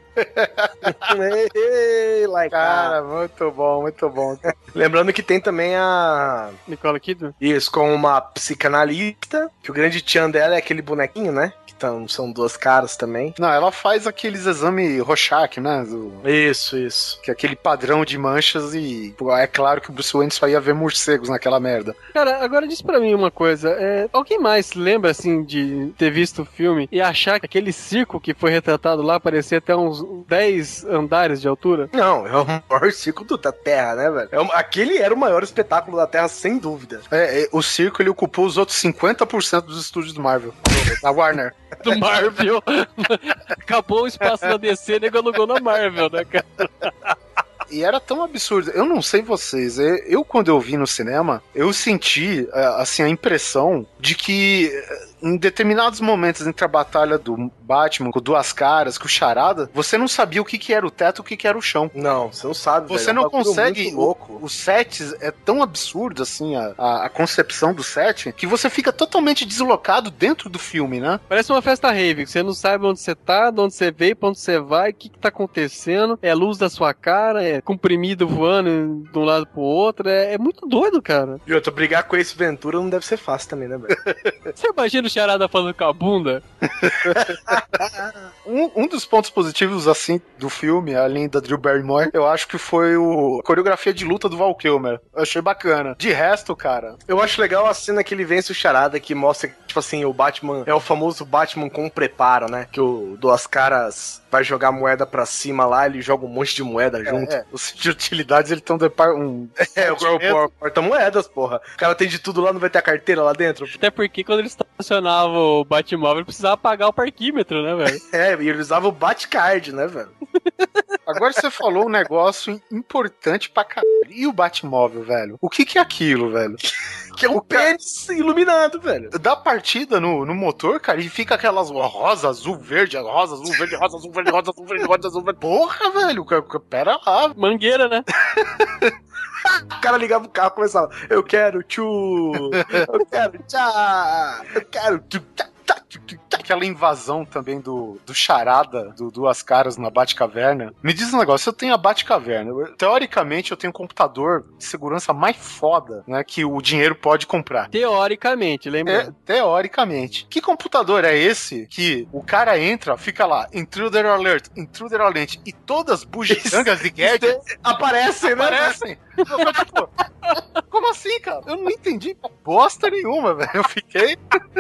Cara, muito bom, muito bom. Lembrando que tem também a Nicole Kidman. Isso, com uma psicanalista, que o grande tchan dela é aquele bonequinho, né? Então, são duas caras também. Não, ela faz aqueles exames Rorschach, né? Isso. Que é aquele padrão de manchas e é claro que o Bruce Wayne só ia ver morcegos naquela merda. Cara, agora diz pra mim uma coisa. Alguém mais lembra, assim, de ter visto o filme e achar que aquele circo que foi retratado lá parecia até uns 10 andares de altura? Não, é o maior circo da Terra, né, velho? Aquele era o maior espetáculo da Terra, sem dúvida. O circo, ele ocupou os outros 50% dos estúdios do Marvel, da Warner. Do Marvel. Acabou o espaço da DC, nego alugou na Marvel, né, cara? E era tão absurdo. Eu não sei vocês, eu quando eu vi no cinema, eu senti, assim, a impressão de que em determinados momentos entre a batalha do Batman com Duas Caras, com o Charada, você não sabia o que era o teto, o que era o chão. Não, você não sabe. Você velho, não consegue. Louco. O set é tão absurdo, assim, a concepção do set, que você fica totalmente deslocado dentro do filme, né? Parece uma festa rave, você não sabe onde você tá, de onde você veio, pra onde você vai, o que tá acontecendo, é luz da sua cara, é comprimido voando de um lado pro outro, é muito doido, cara. E outra, brigar com esse Ventura não deve ser fácil também, né, velho? Você imagina o Charada falando com a bunda? Um dos pontos positivos, assim, do filme, além da Drew Barrymore, eu acho que foi a coreografia de luta do Val Kilmer. Eu achei bacana. De resto, cara... Eu acho legal a cena que ele vence o Charada, que mostra que, tipo assim, o Batman é o famoso Batman com preparo, né? Que o Duas Caras vai jogar moeda pra cima lá, ele joga um monte de moeda junto. Os cintos de utilidades, ele tem o porta-moedas, porra. O cara tem de tudo lá, não vai ter a carteira lá dentro. Até porque quando eles estacionavam o Batmóvel, ele precisava pagar o parquímetro, né, velho? E ele usava o Batcard, né, velho? Agora você falou um negócio importante pra caralho. E o Batmóvel, velho? O que é aquilo, velho? Que é um pênis iluminado, velho. Dá partida no motor, cara, e fica aquelas rosa, azul, verde, rosa, azul, verde, rosa, azul, verde, rosa, azul, verde, rosa, azul, verde. Porra, velho, pera lá. Mangueira, né? O cara ligava o carro e começava: eu quero tchu, eu quero tchá, eu quero tchu, tchá. Aquela invasão também do Charada, do Duas Caras na Batcaverna. Me diz um negócio, eu tenho a Batcaverna. Teoricamente, eu tenho um computador de segurança mais foda, né, que o dinheiro pode comprar. Teoricamente, lembra? Teoricamente. Que computador é esse que o cara entra, fica lá, intruder alert, e todas as bugigangas e gadgets aparecem, né? Aparecem. Tipo, como assim, cara? Eu não entendi bosta nenhuma, velho. Eu fiquei...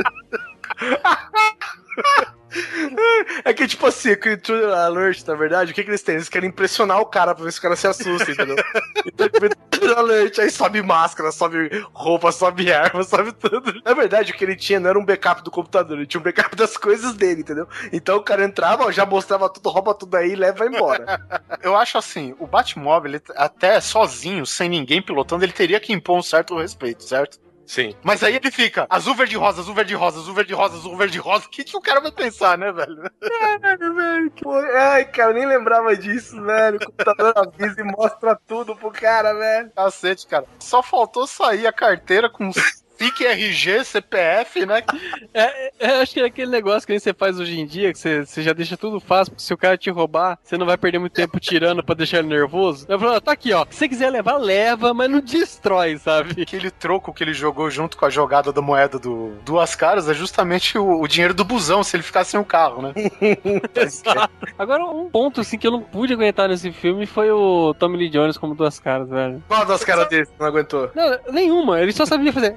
É que, tipo assim, que o Intruder Alert, na verdade, o que eles têm? Eles querem impressionar o cara pra ver se o cara se assusta, entendeu? Então, tipo, Intruder Alert, aí sobe máscara, sobe roupa, sobe arma, sobe tudo. Na verdade, o que ele tinha não era um backup do computador, ele tinha um backup das coisas dele, entendeu? Então o cara entrava, já mostrava tudo, rouba tudo aí, leva e vai embora. Eu acho assim, o Batmóvel, ele, até sozinho, sem ninguém pilotando, ele teria que impor um certo respeito, certo? Sim. Mas aí ele fica azul, verde, rosa, azul, verde, rosa, azul, verde, rosa, azul, verde, rosa. O que o cara vai pensar, né, velho? Ai, cara, eu nem lembrava disso, velho. O computador avisa e mostra tudo pro cara, velho. Cacete, cara. Só faltou sair a carteira com 5 pique RG, CPF, né? Acho que é aquele negócio que você faz hoje em dia, que você já deixa tudo fácil, porque se o cara te roubar, você não vai perder muito tempo tirando pra deixar ele nervoso. Eu falo, tá aqui, ó. Se você quiser levar, leva, mas não destrói, sabe? Aquele troco que ele jogou junto com a jogada da moeda do Duas Caras é justamente o dinheiro do busão, se ele ficar sem o carro, né? Exato. Agora, um ponto, assim, que eu não pude aguentar nesse filme foi o Tommy Lee Jones como Duas Caras, velho. Qual das caras dele não aguentou? Não, nenhuma. Ele só sabia fazer.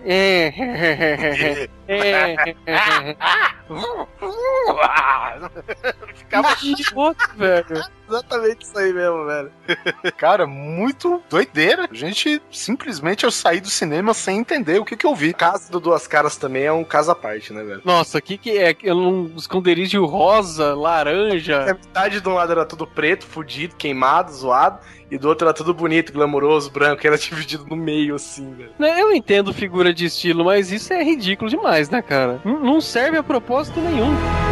Ficava idiota, velho. Exatamente isso aí mesmo, velho. Cara, muito doideira. Gente, simplesmente eu saí do cinema sem entender o que eu vi. O caso do Duas Caras também é um caso à parte, né, velho? Nossa, o que é? Um esconderijo rosa, laranja. A metade de um lado era tudo preto, fudido, queimado, zoado, e do outro era tudo bonito, glamouroso, branco, e era dividido no meio, assim, velho. Eu entendo figura de estilo, mas isso é ridículo demais, né, cara? Não serve a propósito nenhum.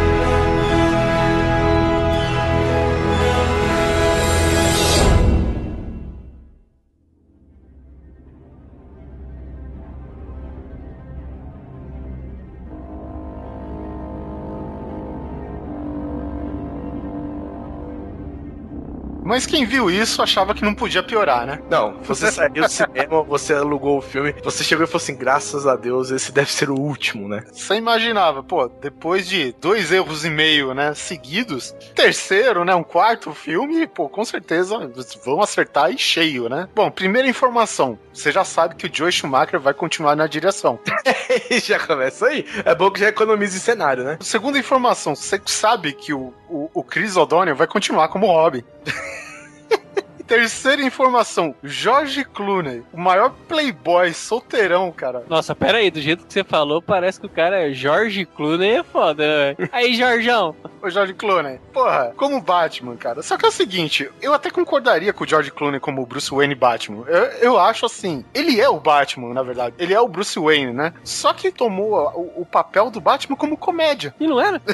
Mas quem viu isso achava que não podia piorar, né? Não, você saiu do cinema, você alugou o filme, você chegou e falou assim, graças a Deus, esse deve ser o último, né? Você imaginava, pô, depois de 2 erros e meio, né, seguidos, terceiro, né, um quarto filme, pô, com certeza vão acertar e cheio, né? Bom, primeira informação, você já sabe que o Joel Schumacher vai continuar na direção. Já começa aí. É bom que já economiza em cenário, né? Segunda informação, você sabe que o Chris O'Donnell vai continuar como Robin. Terceira informação, George Clooney, o maior playboy solteirão, cara. Nossa, pera aí, do jeito que você falou, parece que o cara é George Clooney, é foda, né? Aí, Jorjão. O George Clooney, porra, como Batman, cara. Só que é o seguinte, eu até concordaria com o George Clooney como o Bruce Wayne Batman. Eu acho assim, ele é o Batman, na verdade. Ele é o Bruce Wayne, né? Só que tomou o papel do Batman como comédia. E não era?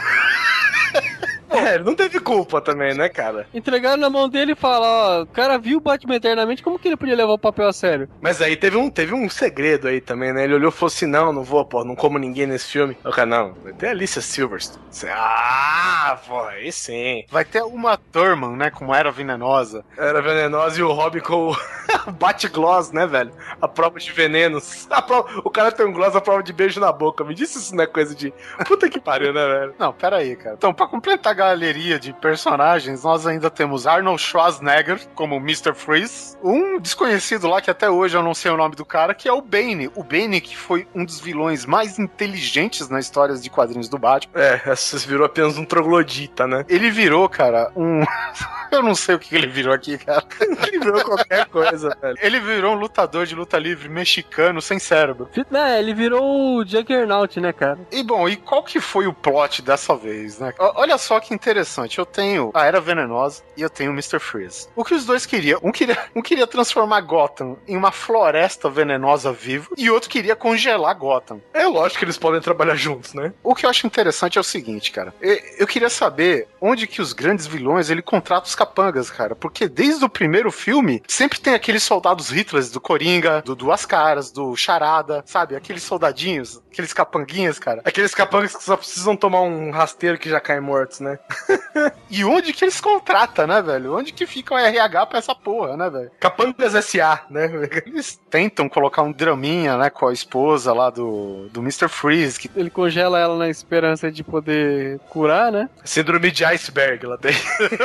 Ele não teve culpa também, né, cara? Entregaram na mão dele e falaram, ó, o cara viu o Batman eternamente, como que ele podia levar o papel a sério? Mas aí teve um segredo aí também, né? Ele olhou e falou assim, não vou, pô, não como ninguém nesse filme. O cara, não, vai ter a Alicia Silverstone. Pô, aí sim. Vai ter uma Thurman, né, como Era Venenosa. Era Venenosa e o Robin com o bate-gloss, né, velho? A prova de venenos. O cara tem um gloss, a prova de beijo na boca. Me disse isso não é coisa de... Puta que pariu, né, velho? Não, pera aí, cara. Então, pra completar a galeria de personagens, nós ainda temos Arnold Schwarzenegger como Mr. Freeze, um desconhecido lá que até hoje eu não sei o nome do cara, que é o Bane. O Bane que foi um dos vilões mais inteligentes nas histórias de quadrinhos do Batman. Você virou apenas um troglodita, né? Ele virou, cara, eu não sei o que ele virou aqui, cara. Ele virou qualquer coisa, velho. Ele virou um lutador de luta livre mexicano sem cérebro. Ele virou o Juggernaut, né, cara? E bom, e qual que foi o plot dessa vez, né? Olha só que interessante, eu tenho a Era Venenosa e eu tenho o Mr. Freeze. O que os dois queriam? Um queria transformar Gotham em uma floresta venenosa viva e outro queria congelar Gotham. É lógico que eles podem trabalhar juntos, né? O que eu acho interessante é o seguinte, cara. Eu queria saber onde que os grandes vilões, ele contrata os capangas, cara. Porque desde o primeiro filme, sempre tem aqueles soldados Hitlers do Coringa, do Duas Caras, do Charada, sabe? Aqueles soldadinhos, aqueles capanguinhas, cara. Aqueles capangas que só precisam tomar um rasteiro que já caem mortos, né? E onde que eles contratam, né, velho? Onde que fica o RH pra essa porra, né, velho? Capangas S.A., né? Eles tentam colocar um draminha, né, com a esposa lá do Mr. Freeze. Que... Ele congela ela na esperança de poder curar, né? Síndrome de iceberg, lá dentro.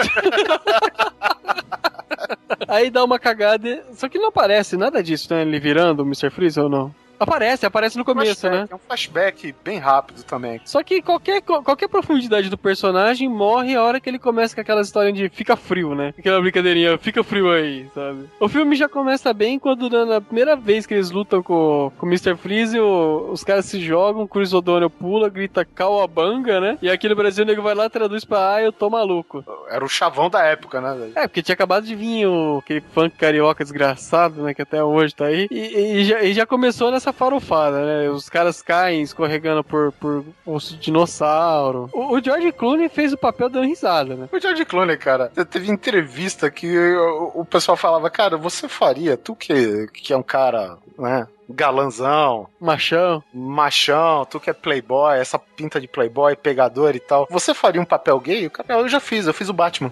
Aí dá uma cagada, só que não aparece nada disso, né? Ele virando o Mr. Freeze ou não? Aparece no começo, né? É um flashback bem rápido também. Só que qualquer profundidade do personagem morre a hora que ele começa com aquela história de fica frio, né? Aquela brincadeirinha, fica frio aí, sabe? O filme já começa bem quando na primeira vez que eles lutam com o Mr. Freeze, os caras se jogam, o Chris O'Donnell pula, grita Cauabanga, né? E aqui no Brasil o nego vai lá e traduz pra eu tô maluco. Era o chavão da época, né, velho? Porque tinha acabado de vir aquele funk carioca desgraçado, né? Que até hoje tá aí. E já começou nessa essa farofada, né? Os caras caem escorregando por osso de dinossauro. O George Clooney fez o papel dando risada, né? O George Clooney, cara, teve entrevista que o pessoal falava, cara, você faria, tu que é um cara, né, galanzão, Machão. tu que é playboy, essa pinta de playboy, pegador e tal, você faria um papel gay? O cara, eu fiz o Batman.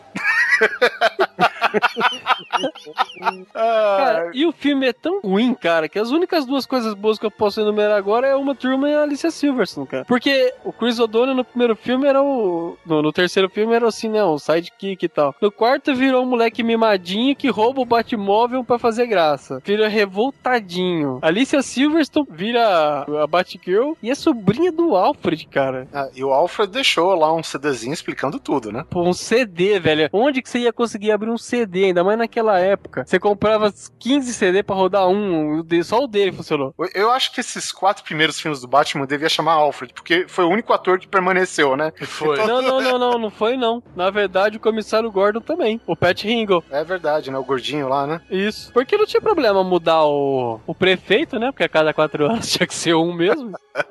Cara, e o filme é tão ruim, cara, que as únicas duas coisas boas que eu posso enumerar agora é Uma Thurman e a Alicia Silverstone, cara. Porque o Chris O'Donnell no primeiro filme era no terceiro filme era assim, né, um sidekick e tal. No quarto virou um moleque mimadinho que rouba o Batmóvel pra fazer graça. Vira revoltadinho. Alicia Silverstone vira a Batgirl e é sobrinha do Alfred, cara. E o Alfred deixou lá um CDzinho explicando tudo, né? Pô, um CD, velho. Onde que você ia conseguir abrir um CD, ainda mais naquela época? Você comprava 15 CD pra rodar só o dele funcionou. Eu acho que esses 4 primeiros filmes do Batman devia chamar Alfred, porque foi o único ator que permaneceu, né? Foi. Então... Não foi não. Na verdade, o comissário Gordon também. O Pat Ringle. É verdade, né? O gordinho lá, né? Isso. Porque não tinha problema mudar o prefeito, né? Porque a cada 4 anos tinha que ser um mesmo.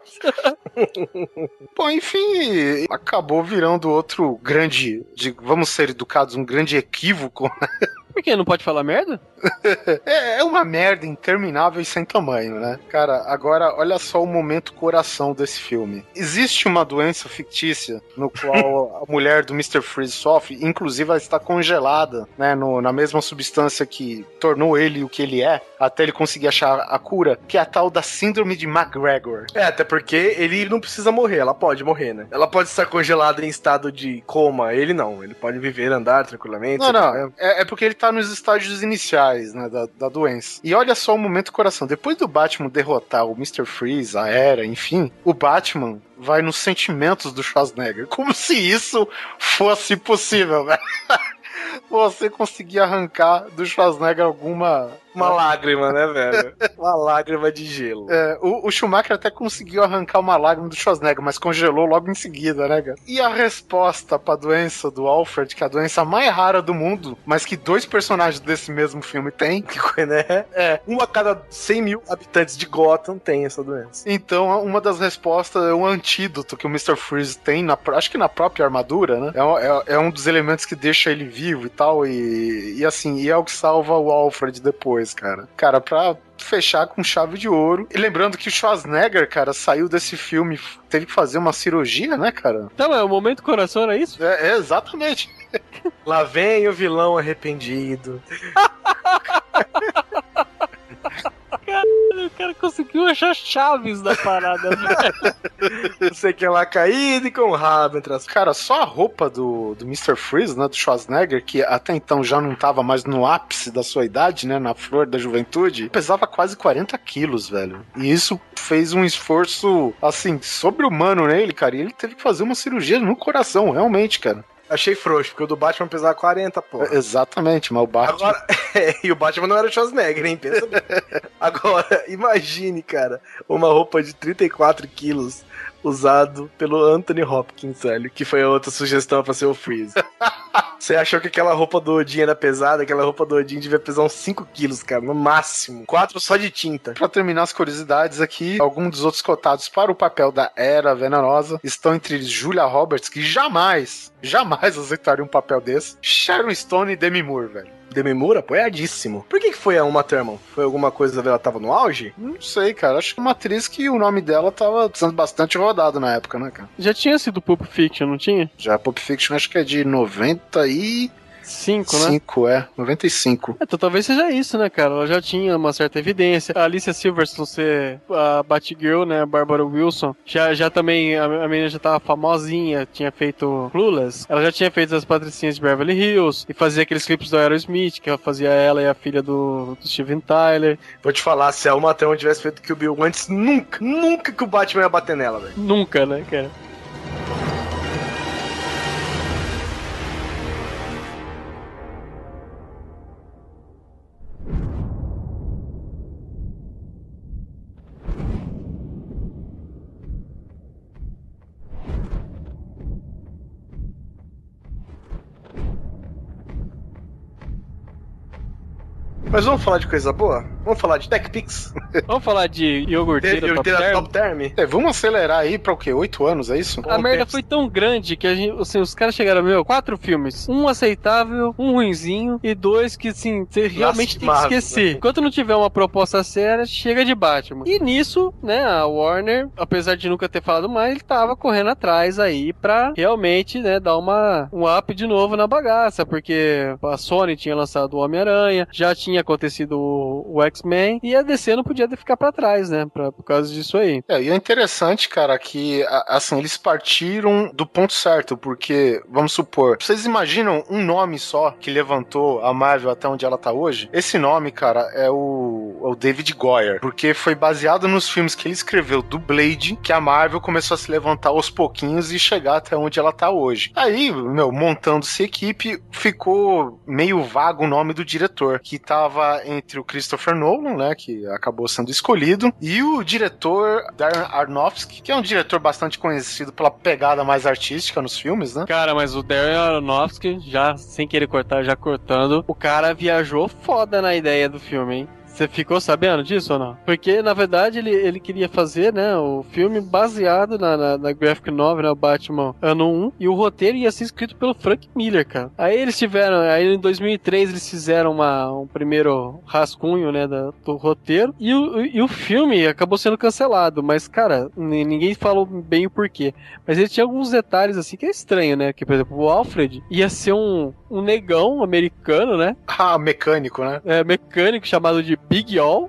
Bom, enfim, acabou virando outro grande, vamos ser educados, um grande equívoco. Por que? Não pode falar merda? É uma merda interminável e sem tamanho, né? Cara, agora olha só o momento coração desse filme. Existe uma doença fictícia no qual a mulher do Mr. Freeze sofre, inclusive ela está congelada, né, na mesma substância que tornou ele o que ele é, até ele conseguir achar a cura, que é a tal da síndrome de McGregor. Até porque ele não precisa morrer, ela pode morrer, né? Ela pode estar congelada em estado de coma, ele não. Ele pode viver, andar tranquilamente. Não. É porque ele tá nos estágios iniciais, né, da doença. E olha só o momento coração. Depois do Batman derrotar o Mr. Freeze, a Era, enfim, o Batman vai nos sentimentos do Schwarzenegger. Como se isso fosse possível, velho. Você conseguir arrancar do Schwarzenegger uma lágrima, né, velho? Uma lágrima de gelo. O Schumacher até conseguiu arrancar uma lágrima do Schwarzenegger, mas congelou logo em seguida, né, cara? E a resposta pra doença do Alfred, que é a doença mais rara do mundo, mas que 2 personagens desse mesmo filme têm, né? Uma a cada 100 mil habitantes de Gotham tem essa doença. Então, uma das respostas é um antídoto que o Mr. Freeze tem, acho que na própria armadura, né? É um dos elementos que deixa ele vivo e tal, e assim, e é o que salva o Alfred depois, cara. Cara, pra fechar com chave de ouro. E lembrando que o Schwarzenegger, cara, saiu desse filme, teve que fazer uma cirurgia, né, cara? Então, o momento coração era isso? Exatamente. Lá vem o vilão arrependido. O cara conseguiu achar chaves da parada, velho. Você que é lá caído e com o rabo entre as... Cara, só a roupa do Mr. Freeze, né, do Schwarzenegger, que até então já não tava mais no ápice da sua idade, né, na flor da juventude, pesava quase 40 quilos, velho. E isso fez um esforço, assim, sobre-humano nele, cara, e ele teve que fazer uma cirurgia no coração, realmente, cara. Achei frouxo, porque o do Batman pesava 40, pô. Exatamente, mas o Batman... Agora, e o Batman não era o Schwarzenegger, hein? Pensa bem. Agora, imagine, cara, uma roupa de 34 quilos usado pelo Anthony Hopkins, velho, que foi a outra sugestão pra ser o Freeze. Você achou que aquela roupa do Odin era pesada? Aquela roupa do Odin devia pesar uns 5 quilos, cara, no máximo. 4 só de tinta. Pra terminar as curiosidades aqui, alguns dos outros cotados para o papel da Era Venenosa estão entre eles Julia Roberts, que jamais aceitaria um papel desse, Sharon Stone e Demi Moore, velho. Demi Moore, apoiadíssimo. Por que foi a Uma Thurman? Foi alguma coisa dela tava no auge? Não sei, cara. Acho que uma atriz que o nome dela tava sendo bastante rodado na época, né, cara? Já tinha sido Pulp Fiction, não tinha? Já Pulp Fiction acho que é de 95, né? 95. Então talvez seja isso, né, cara? Ela já tinha uma certa evidência. A Alicia Silverstone ser a Batgirl, né, a Barbara Wilson, já também, a menina já tava famosinha, tinha feito Clueless. Ela já tinha feito as Patricinhas de Beverly Hills e fazia aqueles clipes do Aerosmith, que ela fazia ela e a filha do Steven Tyler. Vou te falar, se a Uma Thurman tivesse feito Kill Bill antes, nunca que o Batman ia bater nela, velho. Nunca, né, cara? Mas vamos falar de coisa boa? Vamos falar de TechPix? Vamos falar de iogurteira Top Term? Vamos acelerar aí pra o quê? 8 anos, é isso? A merda foi tão grande que a gente, assim, os caras chegaram, 4 filmes. Um aceitável, um ruinzinho e 2 que, assim, você realmente tem que esquecer. Né? Enquanto não tiver uma proposta séria, chega de Batman. E nisso, né, a Warner, apesar de nunca ter falado mais, ele tava correndo atrás aí pra realmente, né, dar um up de novo na bagaça, porque a Sony tinha lançado o Homem-Aranha, já tinha acontecido o X-Men, e a DC não podia ficar pra trás, né, por causa disso aí. E é interessante, cara, que, assim, eles partiram do ponto certo, porque, vamos supor, vocês imaginam um nome só que levantou a Marvel até onde ela tá hoje? Esse nome, cara, é o David Goyer, porque foi baseado nos filmes que ele escreveu do Blade, que a Marvel começou a se levantar aos pouquinhos e chegar até onde ela tá hoje. Aí, montando-se equipe, ficou meio vago o nome do diretor, que tava entre o Christopher Nolan, né, que acabou sendo escolhido, e o diretor Darren Aronofsky, que é um diretor bastante conhecido pela pegada mais artística nos filmes, né? Cara, mas o Darren Aronofsky, já sem querer cortar, já cortando, o cara viajou foda na ideia do filme, hein? Você ficou sabendo disso ou não? Porque, na verdade, ele queria fazer, né, o filme baseado na graphic novel, né, o Batman Ano 1, e o roteiro ia ser escrito pelo Frank Miller, cara. Aí em 2003, eles fizeram um primeiro rascunho, né, do roteiro, e o filme acabou sendo cancelado, mas, cara, ninguém falou bem o porquê. Mas ele tinha alguns detalhes, assim, que é estranho, né, que, por exemplo, o Alfred ia ser um negão americano, né? Ah, mecânico, né? Mecânico, chamado de Big All.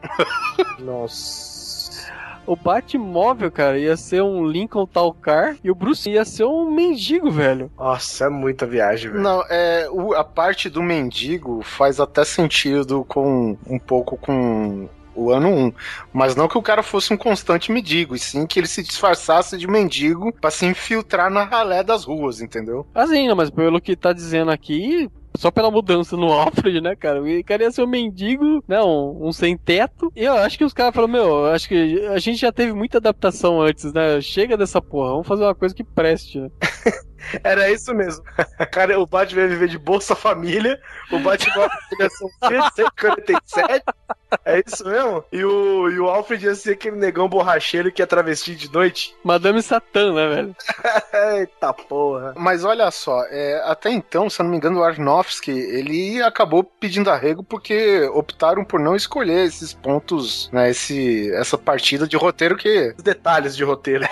Nossa. O Batmóvel, cara, ia ser um Lincoln Tal Car e o Bruce ia ser um mendigo, velho. Nossa, é muita viagem, velho. Não, a parte do mendigo faz até sentido um pouco com o Ano 1, mas não que o cara fosse um constante mendigo, e sim que ele se disfarçasse de mendigo pra se infiltrar na ralé das ruas, entendeu? Assim, não, mas pelo que tá dizendo aqui, só pela mudança no Alfred, né, cara? O cara ia ser um mendigo, né, um sem-teto. E eu acho que os caras falaram, acho que a gente já teve muita adaptação antes, né? Chega dessa porra, vamos fazer uma coisa que preste, né? Era isso mesmo. Cara, o Batman ia viver de Bolsa Família, o Batman ia ser um 147, é isso mesmo? E o Alfred ia ser aquele negão borracheiro que ia travesti de noite. Madame Satã, né, velho? Eita porra. Mas olha só, até então, se eu não me engano, o Aronofsky, ele acabou pedindo arrego porque optaram por não escolher esses pontos, né, essa partida de roteiro que... Os detalhes de roteiro.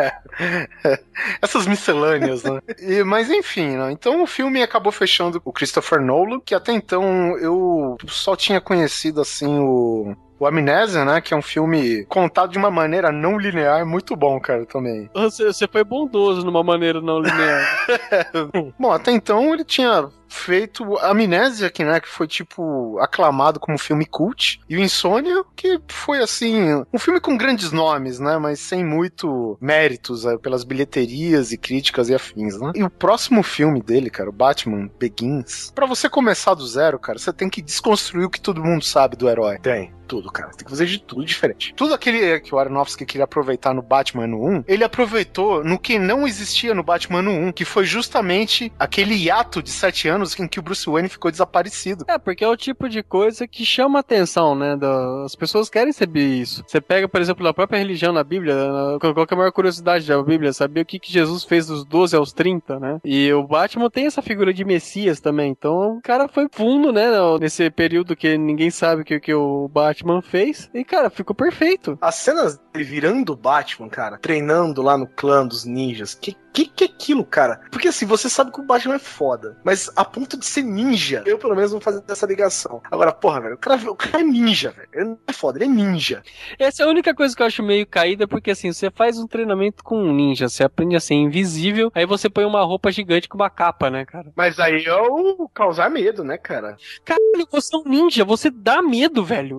Essas miscelâneas, né? Mas enfim, né? Então o filme acabou fechando o Christopher Nolan, que até então eu só tinha conhecido assim o Amnésia, né? Que é um filme contado de uma maneira não linear, muito bom, cara, também. Você foi bondoso numa maneira não linear. Bom, até então ele tinha feito Amnésia, que, né, que foi, tipo, aclamado como filme cult, e o Insônia, que foi, assim, um filme com grandes nomes, né, mas sem muito méritos pelas bilheterias e críticas e afins, né. E o próximo filme dele, cara, o Batman Begins, pra você começar do zero, cara, você tem que desconstruir o que todo mundo sabe do herói. Tem. Tudo, cara. Tem que fazer de tudo diferente. Tudo aquele que o Aronofsky queria aproveitar no Batman Ano 1, ele aproveitou no que não existia no Batman Ano 1, que foi justamente aquele hiato de 7 anos em que o Bruce Wayne ficou desaparecido. Porque é o tipo de coisa que chama a atenção, né? As pessoas querem saber isso. Você pega, por exemplo, a própria religião na Bíblia, qual que é a maior curiosidade da Bíblia? Saber o que Jesus fez dos 12 aos 30, né? E o Batman tem essa figura de Messias também. Então, o cara foi fundo, né? Nesse período que ninguém sabe o que o Batman fez. E, cara, ficou perfeito. As cenas dele virando o Batman, cara, treinando lá no clã dos ninjas, que é aquilo, cara? Porque assim, você sabe que o Batman é foda, mas a ponto de ser ninja, eu pelo menos vou fazer essa ligação. Agora, porra, velho, o cara é ninja, velho. Ele não é foda, ele é ninja. Essa é a única coisa que eu acho meio caída, porque assim, você faz um treinamento com um ninja, você aprende a ser invisível, aí você põe uma roupa gigante com uma capa, né, cara? Mas aí é o causar medo, né, cara? Caralho, você é um ninja, você dá medo, velho.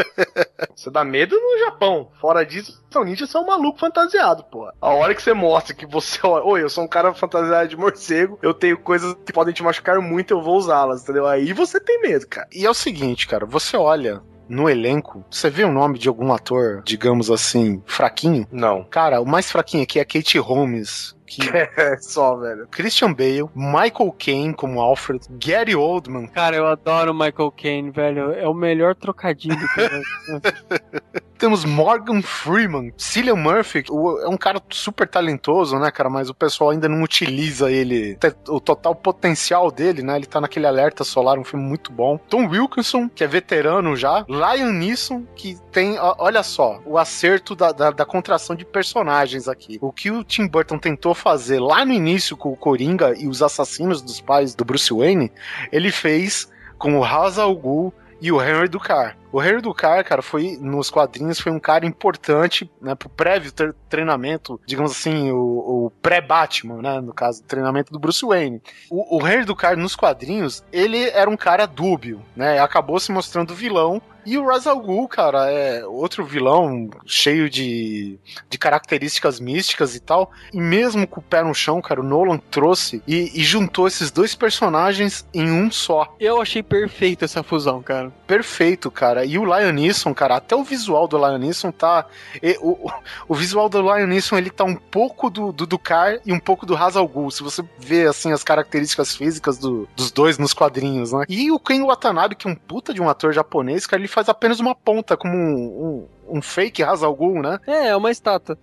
Você dá medo no Japão. Fora disso, você é um ninja, você é um maluco fantasiado, porra. A hora que você mostra que você... Oi, eu sou um cara fantasiado de morcego, eu tenho coisas que podem te machucar muito, eu vou usá-las, entendeu? Aí você tem medo, cara. E é o seguinte, cara, você olha no elenco, você vê o nome de algum ator, digamos assim, fraquinho? Não. Cara, o mais fraquinho aqui é Katie Holmes, Que é só, velho. Christian Bale, Michael Caine como Alfred, Gary Oldman. Cara, eu adoro o Michael Caine, velho. É o melhor trocadilho que eu Temos Morgan Freeman, Cillian Murphy, é um cara super talentoso, né, cara, mas o pessoal ainda não utiliza ele, o total potencial dele, né, ele tá naquele Alerta Solar, um filme muito bom. Tom Wilkinson, que é veterano já, Liam Neeson, que tem, olha só, o acerto da contração de personagens aqui. O que o Tim Burton tentou fazer lá no início com o Coringa e os assassinos dos pais do Bruce Wayne, ele fez com o Ra's al Ghul e o Henry Ducar. O Henry Ducar, cara, nos quadrinhos, foi um cara importante, né, pro prévio treinamento, digamos assim, o pré-Batman, né, no caso, treinamento do Bruce Wayne. O Henry Ducar, nos quadrinhos, ele era um cara dúbio, né, acabou se mostrando vilão. E o Ra's al Ghul, cara, é outro vilão cheio de características místicas e tal. E mesmo com o pé no chão, cara, o Nolan trouxe e juntou esses dois personagens em um só. Eu achei perfeito essa fusão, cara. Perfeito, cara. E o Liam Neeson, cara, até o visual do Liam Neeson tá... O visual do Liam Neeson, ele tá um pouco do Ducar e um pouco do Ra's al Ghul. Se você vê, assim, as características físicas dos dois nos quadrinhos, né? E o Ken Watanabe, que é um puta de um ator japonês, cara, ele faz apenas uma ponta, como um fake Ra's al Ghul, né? É uma estátua.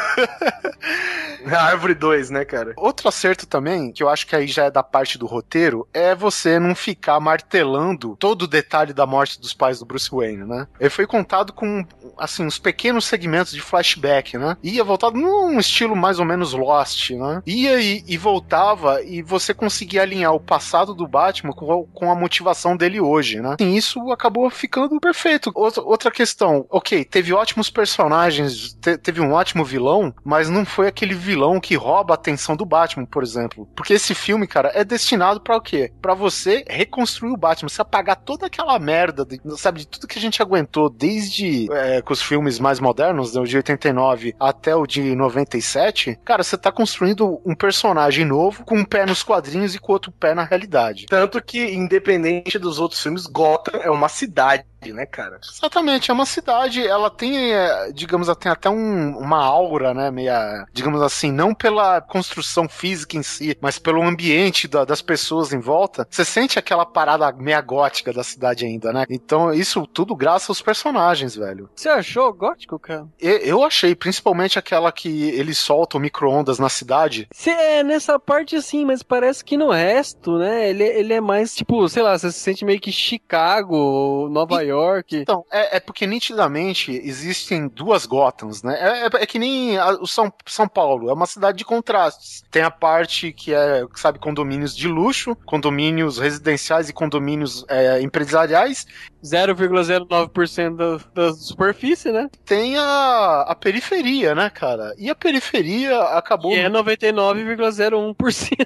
A Árvore 2, né, cara? Outro acerto também, que eu acho que aí já é da parte do roteiro, é você não ficar martelando todo o detalhe da morte dos pais do Bruce Wayne, né? Ele foi contado com, assim, uns pequenos segmentos de flashback, né? Ia voltado num estilo mais ou menos Lost, né? Ia e voltava e você conseguia alinhar o passado do Batman com a motivação dele hoje, né? E isso acabou ficando perfeito. Outra questão, ok, teve ótimos personagens, teve um ótimo vilão, mas não foi aquele vilão que rouba a atenção do Batman, por exemplo. Porque esse filme, cara, é destinado pra o quê? Pra você reconstruir o Batman, você apagar toda aquela merda, sabe, de tudo que a gente aguentou desde com os filmes mais modernos, né, o de 89 até o de 97, cara, você tá construindo um personagem novo com um pé nos quadrinhos e com outro pé na realidade. Tanto que, independente dos outros filmes, Gotham é uma cidade, né, cara? Exatamente, é uma cidade, ela tem, digamos, tem até uma aura, né, meia, digamos assim, não pela construção física em si, mas pelo ambiente das pessoas em volta, você sente aquela parada meia gótica da cidade ainda, né? Então, isso tudo graças aos personagens, velho. Você achou gótico, cara? Eu achei, principalmente aquela que eles soltam micro-ondas na cidade. Nessa parte sim, mas parece que no resto, né, ele é mais, tipo, sei lá, você se sente meio que Chicago, Nova York. Então, é porque nitidamente existem duas Gothams, né? É que nem o São Paulo, é uma cidade de contrastes. Tem a parte que é, sabe, condomínios de luxo, condomínios residenciais e condomínios empresariais. 0,09% da superfície, né? Tem a periferia, né, cara? E a periferia acabou... E é 99,01%.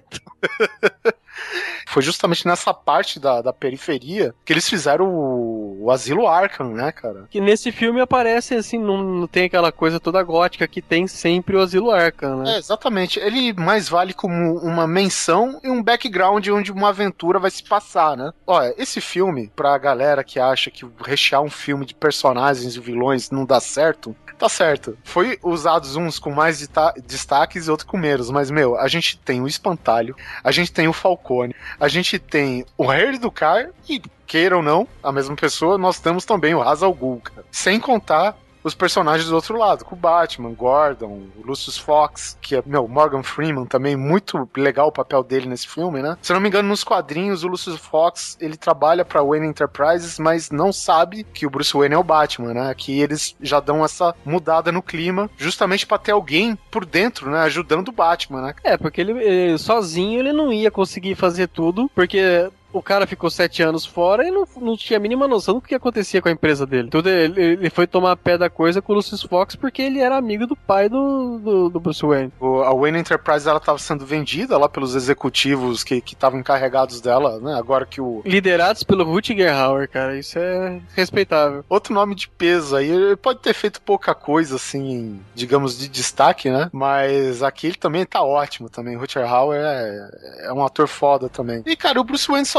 Foi justamente nessa parte da periferia que eles fizeram o Asilo Arkham, né, cara? Que nesse filme aparece, assim, não tem aquela coisa toda gótica que tem sempre o Asilo Arkham, né? Exatamente. Ele mais vale como uma menção e um background onde uma aventura vai se passar, né? Olha, esse filme, pra galera que acha que rechear um filme de personagens e vilões não dá certo, tá certo. Foi usados uns com mais destaques e outros com menos, mas, meu, a gente tem o Espantalho, a gente tem o Falcone, a gente tem o Henry Ducar e, queira ou não, a mesma pessoa, nós temos também o Ra's al Ghul, cara. Sem contar os personagens do outro lado, com o Batman, Gordon, o Lucius Fox, que é, Morgan Freeman também, muito legal o papel dele nesse filme, né? Se eu não me engano, nos quadrinhos, o Lucius Fox, ele trabalha pra Wayne Enterprises, mas não sabe que o Bruce Wayne é o Batman, né? Aqui eles já dão essa mudada no clima, justamente pra ter alguém por dentro, né? Ajudando o Batman, né? Porque ele sozinho ele não ia conseguir fazer tudo, porque... O cara ficou 7 anos fora e não tinha a mínima noção do que acontecia com a empresa dele. Tudo ele foi tomar pé da coisa com o Lucius Fox porque ele era amigo do pai do Bruce Wayne. A Wayne Enterprise, ela estava sendo vendida lá pelos executivos que estavam encarregados dela, né? Agora que liderados pelo Rutger Hauer, cara. Isso é respeitável. Outro nome de peso aí. Ele pode ter feito pouca coisa, assim, digamos, de destaque, né? Mas aqui ele também tá ótimo também. Rutger Hauer é um ator foda também. E, cara, o Bruce Wayne só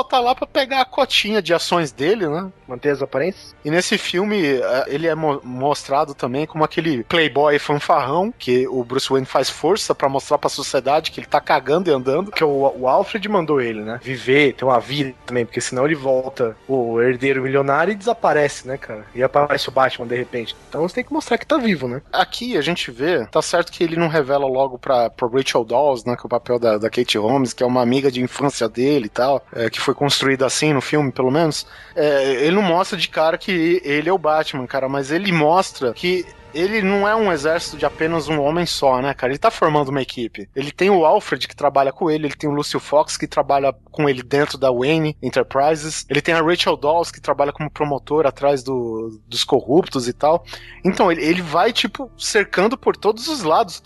só tá lá pra pegar a cotinha de ações dele, né? Manter as aparências. E nesse filme, ele é mostrado também como aquele playboy fanfarrão, que o Bruce Wayne faz força pra mostrar pra sociedade que ele tá cagando e andando. Que o Alfred mandou ele, né? Viver, ter uma vida também, porque senão ele volta o herdeiro milionário e desaparece, né, cara? E aparece o Batman de repente. Então você tem que mostrar que tá vivo, né? Aqui a gente vê, tá certo que ele não revela logo pra Rachel Dawes, né, que é o papel da Katie Holmes, que é uma amiga de infância dele e tal, que foi construída assim no filme, pelo menos. Ele não mostra de cara que ele é o Batman, cara, mas ele mostra que ele não é um exército de apenas um homem só, né, cara? Ele tá formando uma equipe. Ele tem o Alfred, que trabalha com ele tem o Lucio Fox, que trabalha com ele dentro da Wayne Enterprises, ele tem a Rachel Dawes, que trabalha como promotor atrás dos corruptos e tal. Então, ele vai, tipo, cercando por todos os lados,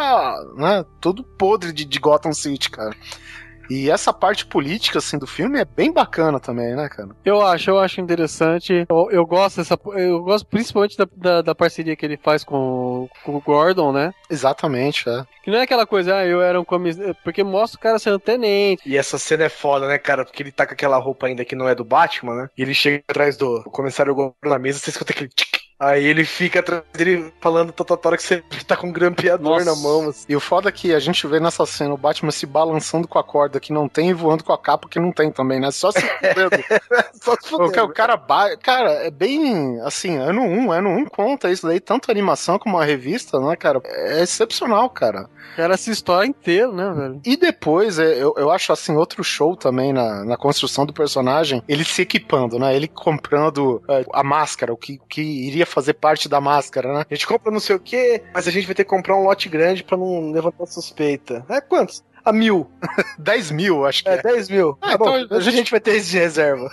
todo podre de Gotham City, cara. E essa parte política, assim, do filme é bem bacana também, né, cara? Eu acho interessante. Eu gosto principalmente da parceria que ele faz com o Gordon, né? Exatamente, é. Que não é aquela coisa, eu era um comissário. Porque mostra o cara sendo tenente. E essa cena é foda, né, cara? Porque ele tá com aquela roupa ainda que não é do Batman, né? E ele chega atrás do comissário Gordon na mesa, você escuta aquele tic. Aí ele fica atrás dele falando toda hora que você tá com um grampeador na mão. Assim. E o foda é que a gente vê nessa cena o Batman se balançando com a corda que não tem e voando com a capa que não tem também, né? Só se fudendo. Só se fudendo. O cara... Cara, é bem... Assim, ano 1 conta isso daí. Tanto a animação como a revista, né, cara? É excepcional, cara. Era essa história inteira, né, velho? E depois, eu acho, assim, outro show também na construção do personagem, ele se equipando, né? Ele comprando a máscara, o que iria fazer parte da máscara, né? A gente compra não sei o que, mas a gente vai ter que comprar um lote grande pra não levantar suspeita. Quantos? A 1.000. 10 mil, acho que é. 10 mil. Então a gente vai ter esse de reserva.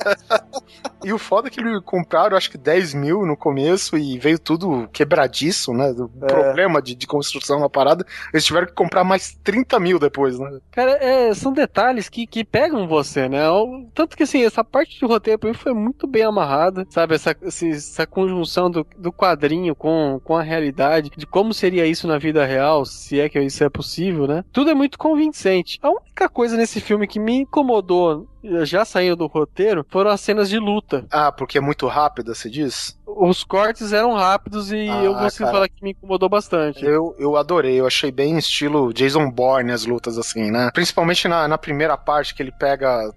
E o foda é que eles compraram, acho que 10 mil no começo e veio tudo quebradiço, né? Do problema de construção na parada. Eles tiveram que comprar mais 30 mil depois, né? Cara, são detalhes que pegam você, né? Tanto que, assim, essa parte de roteiro pra mim foi muito bem amarrada, sabe? Essa conjunção do quadrinho com a realidade, de como seria isso na vida real, se é que isso é possível, né? Tudo é muito convincente. A única coisa nesse filme que me incomodou, já saindo do roteiro, foram as cenas de luta. Porque é muito rápida, você diz? Os cortes eram rápidos e eu vou falar que me incomodou bastante. Eu adorei, eu achei bem estilo Jason Bourne as lutas, assim, né? Principalmente na primeira parte, que ele pega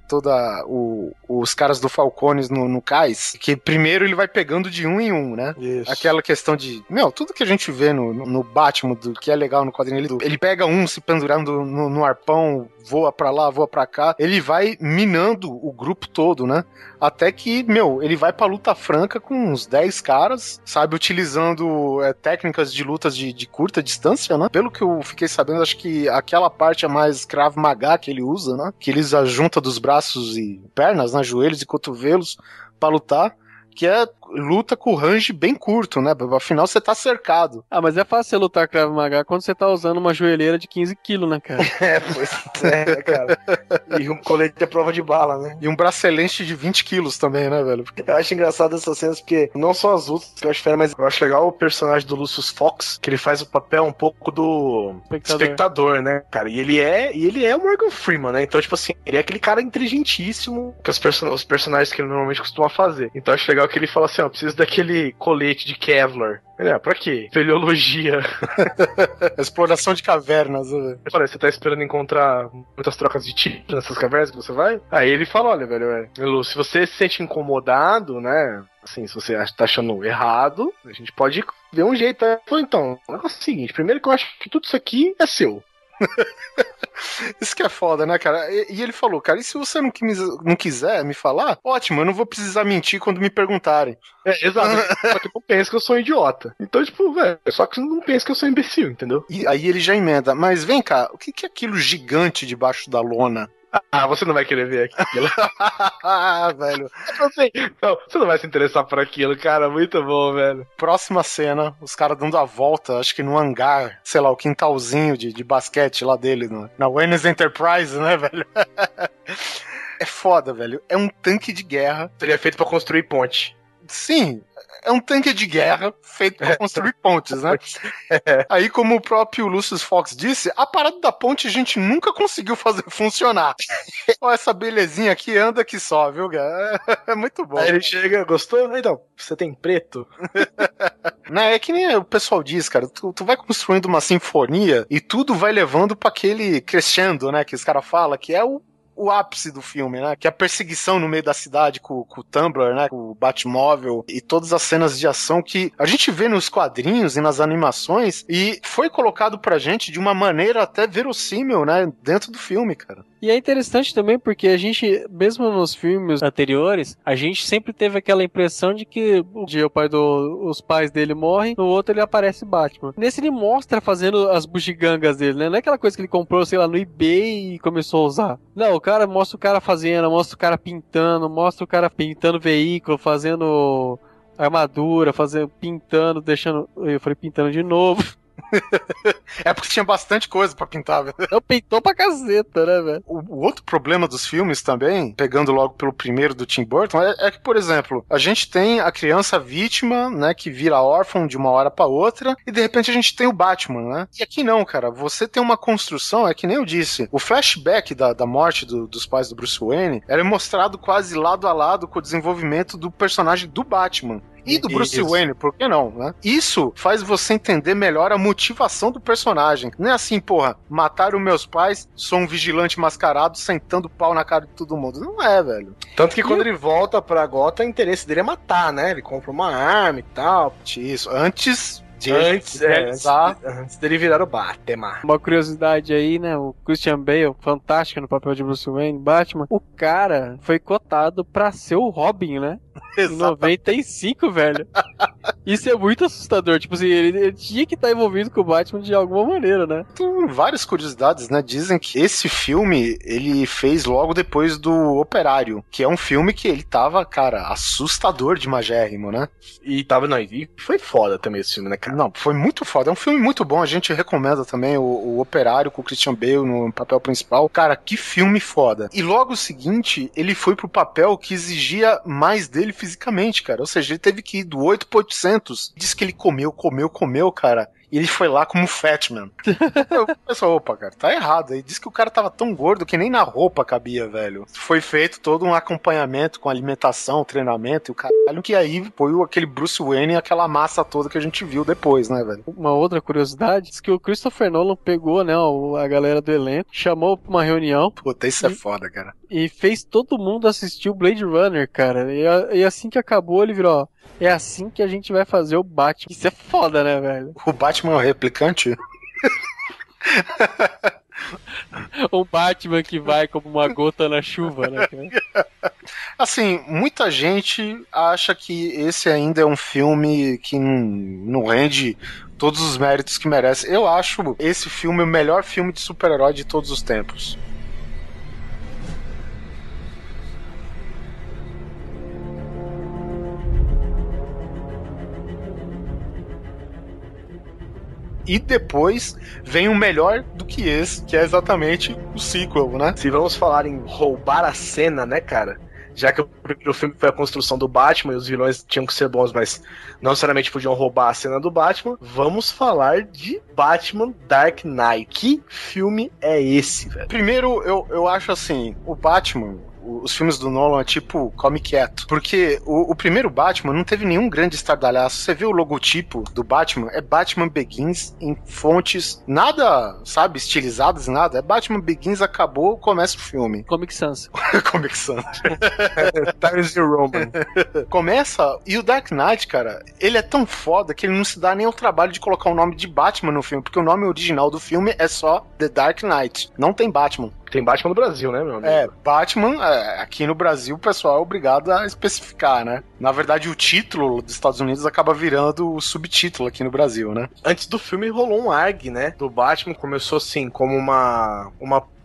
os caras do Falcones no cais, que primeiro ele vai pegando de um em um, né? Isso. Aquela questão de... tudo que a gente vê no Batman, que é legal no quadrinho, ele pega um se pendurando no arpão, voa pra lá, voa pra cá, ele vai minando o grupo todo, né? Até que, ele vai pra luta franca com uns 10 caras, sabe, utilizando técnicas de lutas de curta distância, né? Pelo que eu fiquei sabendo, acho que aquela parte é mais Krav Maga que ele usa, né? Que eles juntam dos braços e pernas, né? Joelhos e cotovelos pra lutar. Que é luta com range bem curto, né? Afinal, você tá cercado. Mas é fácil você lutar Krav Maga quando você tá usando uma joelheira de 15 quilos, né, cara? Pois é, cara. E um colete à prova de bala, né? E um bracelete de 20 quilos também, né, velho? Eu acho engraçado essas cenas, porque não só as lutas que eu acho fera, mas eu acho legal o personagem do Lucius Fox, que ele faz o papel um pouco do espectador, né, cara? E ele é o Morgan Freeman, né? Então, tipo assim, ele é aquele cara inteligentíssimo que os personagens que ele normalmente costuma fazer. Então, eu acho legal que ele fala assim, eu preciso daquele colete de Kevlar. Pra quê? Espeleologia. Exploração de cavernas, né? Olha, você tá esperando encontrar muitas trocas de tiro nessas cavernas que você vai? Aí ele fala, olha, velho, Lu, se você se sente incomodado, né? Assim, se você tá achando errado, a gente pode ver um jeito. Então, o negócio é o seguinte, primeiro que eu acho que tudo isso aqui é seu. Isso que é foda, né, cara? E ele falou, cara, e se você não quiser me falar, ótimo, eu não vou precisar mentir quando me perguntarem. Exato. Só que eu penso que eu sou um idiota. Então, tipo, velho, só que você não pensa que eu sou um imbecil, entendeu? E aí ele já emenda, mas vem cá, o que é aquilo gigante debaixo da lona? Você não vai querer ver aquilo. Velho. Não, você não vai se interessar por aquilo, cara. Muito bom, velho. Próxima cena, os caras dando a volta, acho que no hangar, sei lá, o quintalzinho de basquete lá dele, na Wayne Enterprise, né, velho? É foda, velho. É um tanque de guerra. Seria feito pra construir ponte. Sim, é um tanque de guerra feito pra construir pontes, né? Aí, como o próprio Lucius Fox disse, a parada da ponte a gente nunca conseguiu fazer funcionar. Olha essa belezinha aqui, anda que só, viu, cara? É muito bom. Aí ele chega, gostou? Então, você tem preto? Não, é que nem o pessoal diz, cara, tu vai construindo uma sinfonia e tudo vai levando pra aquele crescendo, né, que os caras falam, que é o ápice do filme, né? Que é a perseguição no meio da cidade com o Tumblr, né? Com o Batmóvel e todas as cenas de ação que a gente vê nos quadrinhos e nas animações e foi colocado pra gente de uma maneira até verossímil, né? Dentro do filme, cara. E é interessante também porque a gente, mesmo nos filmes anteriores, a gente sempre teve aquela impressão de que um dia os pais dele morrem, no outro ele aparece Batman. Nesse ele mostra fazendo as bugigangas dele, né? Não é aquela coisa que ele comprou, sei lá, no eBay e começou a usar. Não, o cara mostra o cara fazendo, mostra o cara pintando, mostra o cara pintando veículo, fazendo armadura, pintando, deixando... Eu falei pintando de novo. É porque tinha bastante coisa pra pintar, velho. Eu pintou pra caceta, né, velho? O outro problema dos filmes também, pegando logo pelo primeiro do Tim Burton, é que, por exemplo, a gente tem a criança vítima, né, que vira órfã de uma hora pra outra, e de repente a gente tem o Batman, né? E aqui não, cara, você tem uma construção, é que nem eu disse, o flashback da morte dos pais do Bruce Wayne era mostrado quase lado a lado com o desenvolvimento do personagem do Batman. E do Bruce Wayne, por que não, né? Isso faz você entender melhor a motivação do personagem. Não é assim, porra, mataram meus pais, sou um vigilante mascarado sentando pau na cara de todo mundo. Não é, velho. Tanto que quando ele volta pra Gotham, o interesse dele é matar, né? Ele compra uma arma e tal. Isso, antes dele virar o Batman. Uma curiosidade aí, né? O Christian Bale, fantástico no papel de Bruce Wayne, Batman. O cara foi cotado pra ser o Robin, né? Em 95, velho. Isso é muito assustador. Tipo assim, ele tinha que estar envolvido com o Batman de alguma maneira, né? Tem várias curiosidades, né? Dizem que esse filme ele fez logo depois do Operário, que é um filme que ele tava, cara, assustador de magérrimo, né? E foi foda também esse filme, né, cara? Não, foi muito foda. É um filme muito bom. A gente recomenda também o Operário com o Christian Bale no papel principal. Cara, que filme foda. E logo o seguinte, ele foi pro papel que exigia mais dele fisicamente, cara. Ou seja, ele teve que ir do 8 pro 800. Diz que ele comeu, cara. E ele foi lá como Fatman. Eu pensei, opa, cara, tá errado. Aí diz que o cara tava tão gordo que nem na roupa cabia, velho. Foi feito todo um acompanhamento com alimentação, treinamento e o caralho, que aí foi aquele Bruce Wayne e aquela massa toda que a gente viu depois, né, velho? Uma outra curiosidade, diz que o Christopher Nolan pegou, né, a galera do elenco, chamou pra uma reunião. Puta, isso é foda, cara. E fez todo mundo assistir o Blade Runner, cara. E assim que acabou, ele virou, ó, é assim que a gente vai fazer o Batman. Isso é foda, né, velho? O Batman é o replicante? O Batman que vai como uma gota na chuva, né, cara? Assim, muita gente acha que esse ainda é um filme que não rende todos os méritos que merece. Eu acho esse filme o melhor filme de super-herói de todos os tempos. E depois vem um melhor do que esse, que é exatamente o sequel, né? Se vamos falar em roubar a cena, né, cara? Já que o primeiro filme foi a construção do Batman e os vilões tinham que ser bons, mas não necessariamente podiam roubar a cena do Batman, vamos falar de Batman Dark Knight. Que filme é esse, velho? Primeiro, eu acho assim, o Batman... Os filmes do Nolan é tipo come quieto. Porque o primeiro Batman não teve nenhum grande estardalhaço. Você viu o logotipo do Batman? É Batman Begins em fontes nada, sabe, estilizadas, nada. É Batman Begins, acabou, começa o filme. Comic Sans. Comic Sans. Times New Roman. Começa, e o Dark Knight, cara, ele é tão foda que ele não se dá nem o trabalho de colocar o nome de Batman no filme, porque o nome original do filme é só The Dark Knight. Não tem Batman. Tem Batman no Brasil, né, meu amigo? É, Batman, aqui no Brasil o pessoal é obrigado a especificar, né? Na verdade, o título dos Estados Unidos acaba virando o subtítulo aqui no Brasil, né? Antes do filme rolou um ARG, né? Do Batman, começou assim, como uma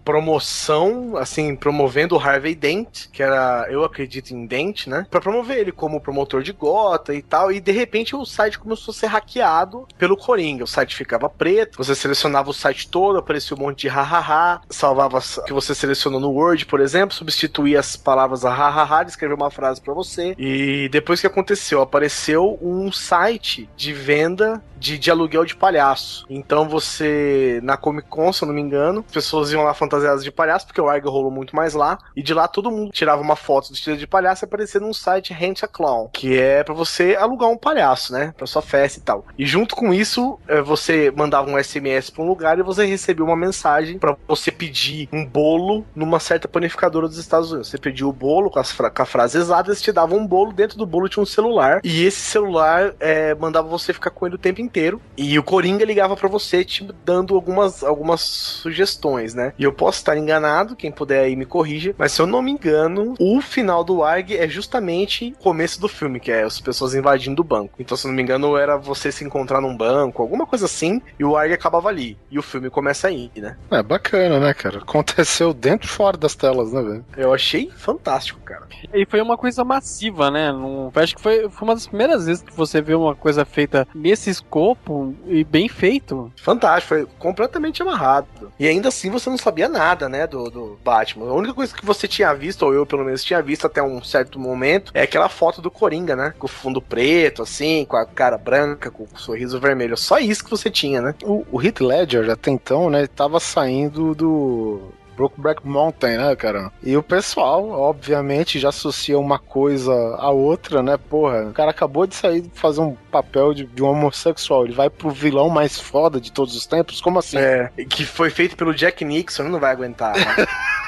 promoção, assim, promovendo o Harvey Dent, que era, eu acredito em Dent, né? Pra promover ele como promotor de Gotham e tal, e de repente o site começou a ser hackeado pelo Coringa. O site ficava preto, você selecionava o site todo, aparecia um monte de hahaha, salvava o que você selecionou no Word, por exemplo, substituía as palavras hahaha, escrevia uma frase pra você, e depois que aconteceu, apareceu um site de venda de aluguel de palhaço. Então você, na Comic Con, se eu não me engano, as pessoas iam lá fantasiadas de palhaço, porque o Argo rolou muito mais lá, e de lá todo mundo tirava uma foto vestida de palhaço e aparecia num site Rent a Clown, que é pra você alugar um palhaço, né, pra sua festa e tal. E junto com isso, você mandava um SMS pra um lugar e você recebia uma mensagem pra você pedir um bolo numa certa panificadora dos Estados Unidos. Você pedia o bolo com a frase exata, eles te davam um bolo, dentro do bolo tinha um celular, e esse celular mandava você ficar com ele o tempo inteiro, e o Coringa ligava pra você, te dando algumas sugestões, né? E eu posso estar enganado, quem puder aí me corrija, mas se eu não me engano, o final do ARG é justamente o começo do filme, que é as pessoas invadindo o banco. Então, se eu não me engano, era você se encontrar num banco, alguma coisa assim, e o ARG acabava ali. E o filme começa aí, né? É bacana, né, cara? Aconteceu dentro e fora das telas, né, velho? Eu achei fantástico, cara. E foi uma coisa massiva, né? Acho que foi uma das primeiras vezes que você vê uma coisa feita nesse escopo e bem feito. Fantástico, foi completamente amarrado. E ainda assim você não sabia nada, né, do Batman. A única coisa que você tinha visto, ou eu pelo menos tinha visto até um certo momento, é aquela foto do Coringa, né? Com o fundo preto, assim, com a cara branca, com o sorriso vermelho. Só isso que você tinha, né? O Heath Ledger, até então, né, tava saindo do Brokeback Mountain, né, cara? E o pessoal, obviamente, já associa uma coisa à outra, né? Porra, o cara acabou de sair de fazer um papel de um homossexual. Ele vai pro vilão mais foda de todos os tempos? Como assim? Que foi feito pelo Jack Nixon, não vai aguentar, né?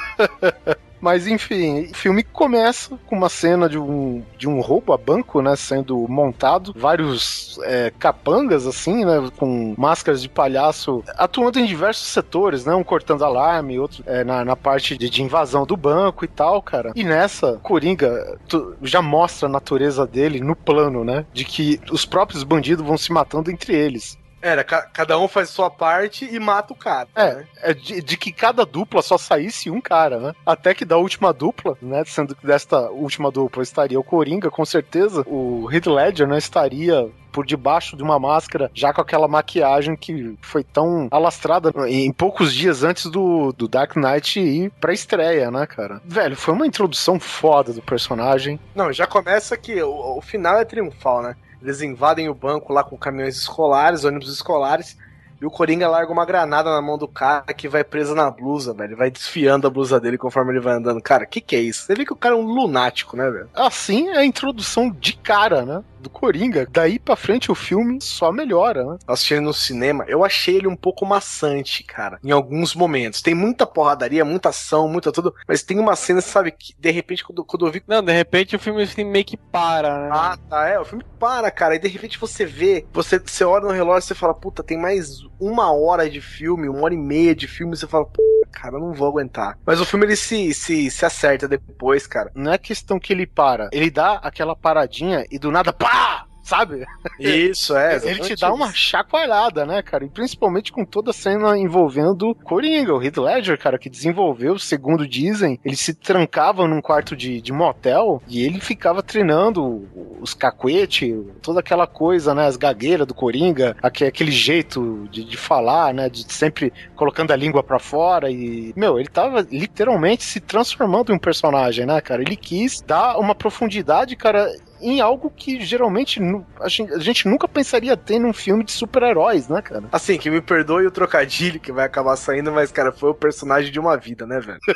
Mas enfim, o filme começa com uma cena de um roubo a banco, né, sendo montado, vários capangas, assim, né, com máscaras de palhaço, atuando em diversos setores, né, um cortando alarme, outro na parte de invasão do banco e tal, cara. E nessa, Coringa já mostra a natureza dele no plano, né, de que os próprios bandidos vão se matando entre eles. Cada um faz sua parte e mata o cara. Né? De que cada dupla só saísse um cara, né? Até que da última dupla, né? Sendo que desta última dupla estaria o Coringa, com certeza, o Heath Ledger, né? Estaria por debaixo de uma máscara, já com aquela maquiagem que foi tão alastrada em poucos dias antes do Dark Knight ir pra estreia, né, cara? Velho, foi uma introdução foda do personagem. Não, já começa que o final é triunfal, né? Eles invadem o banco lá com caminhões escolares, ônibus escolares, e o Coringa larga uma granada na mão do cara que vai presa na blusa, velho. Vai desfiando a blusa dele conforme ele vai andando. Cara, que é isso? Você vê que o cara é um lunático, né, velho? Assim é a introdução de cara, né? Do Coringa. Daí pra frente o filme só melhora, né? Eu assisti ele no cinema, eu achei ele um pouco maçante, cara, em alguns momentos. Tem muita porradaria, muita ação, muita tudo, mas tem uma cena, sabe, que de repente quando eu vi... Não, de repente o filme meio que para, né? Ah, tá, o filme para, cara, e de repente você vê, você olha no relógio e você fala, puta, tem mais 1 hora de filme, 1h30 de filme, e você fala, puta, cara, eu não vou aguentar. Mas o filme, ele se acerta depois, cara. Não é questão que ele para, ele dá aquela paradinha e do nada, pá! Sabe? Isso, Ele te dá uma chacoalhada, né, cara? E principalmente com toda a cena envolvendo Coringa, o Heath Ledger, cara, que desenvolveu, segundo dizem, ele se trancava num quarto de motel e ele ficava treinando os cacuetes, toda aquela coisa, né, as gagueiras do Coringa, aquele jeito de falar, né, de sempre colocando a língua pra fora e, meu, ele tava literalmente se transformando em um personagem, né, cara? Ele quis dar uma profundidade, cara, em algo que geralmente a gente nunca pensaria ter num filme de super-heróis, né, cara? Assim, que me perdoe o trocadilho que vai acabar saindo, mas, cara, foi o personagem de uma vida, né, velho?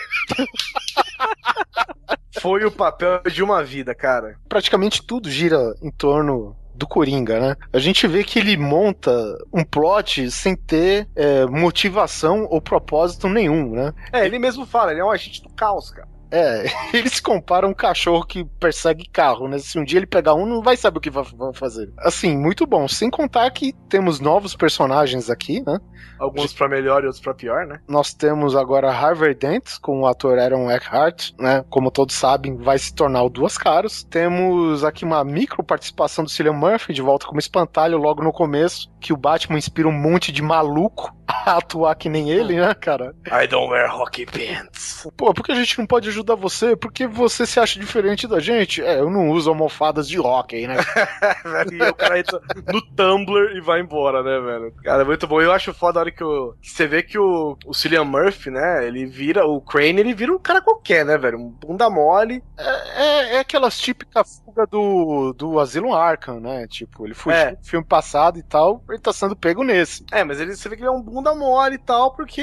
Foi o papel de uma vida, cara. Praticamente tudo gira em torno do Coringa, né? A gente vê que ele monta um plot sem ter motivação ou propósito nenhum, né? Ele mesmo fala, ele é um agente do caos, cara. Ele se compara a um cachorro que persegue carro, né? Se um dia ele pegar um, não vai saber o que vai fazer. Assim, muito bom. Sem contar que temos novos personagens aqui, né? Alguns pra melhor e outros pra pior, né? Nós temos agora Harvey Dent com o ator Aaron Eckhart, né? Como todos sabem, vai se tornar o Duas Caras. Temos aqui uma micro participação do Cillian Murphy de volta como espantalho logo no começo, que o Batman inspira um monte de maluco a atuar que nem ele, né, cara? I don't wear hockey pants. Pô, por que a gente não pode ajudar você? Porque você se acha diferente da gente? Eu não uso almofadas de hockey, né? E o cara entra no Tumblr e vai embora, né, velho? Cara, é muito bom. Eu acho foda a hora que você vê que o Cillian Murphy, né, ele vira, o Crane, ele vira um cara qualquer, né, velho? Um bunda mole. É aquelas típicas fuga do Asylum Arkham, né? Tipo, ele fugiu no filme passado e tal, ele tá sendo pego nesse. Mas você vê que ele é um bunda mole e tal, porque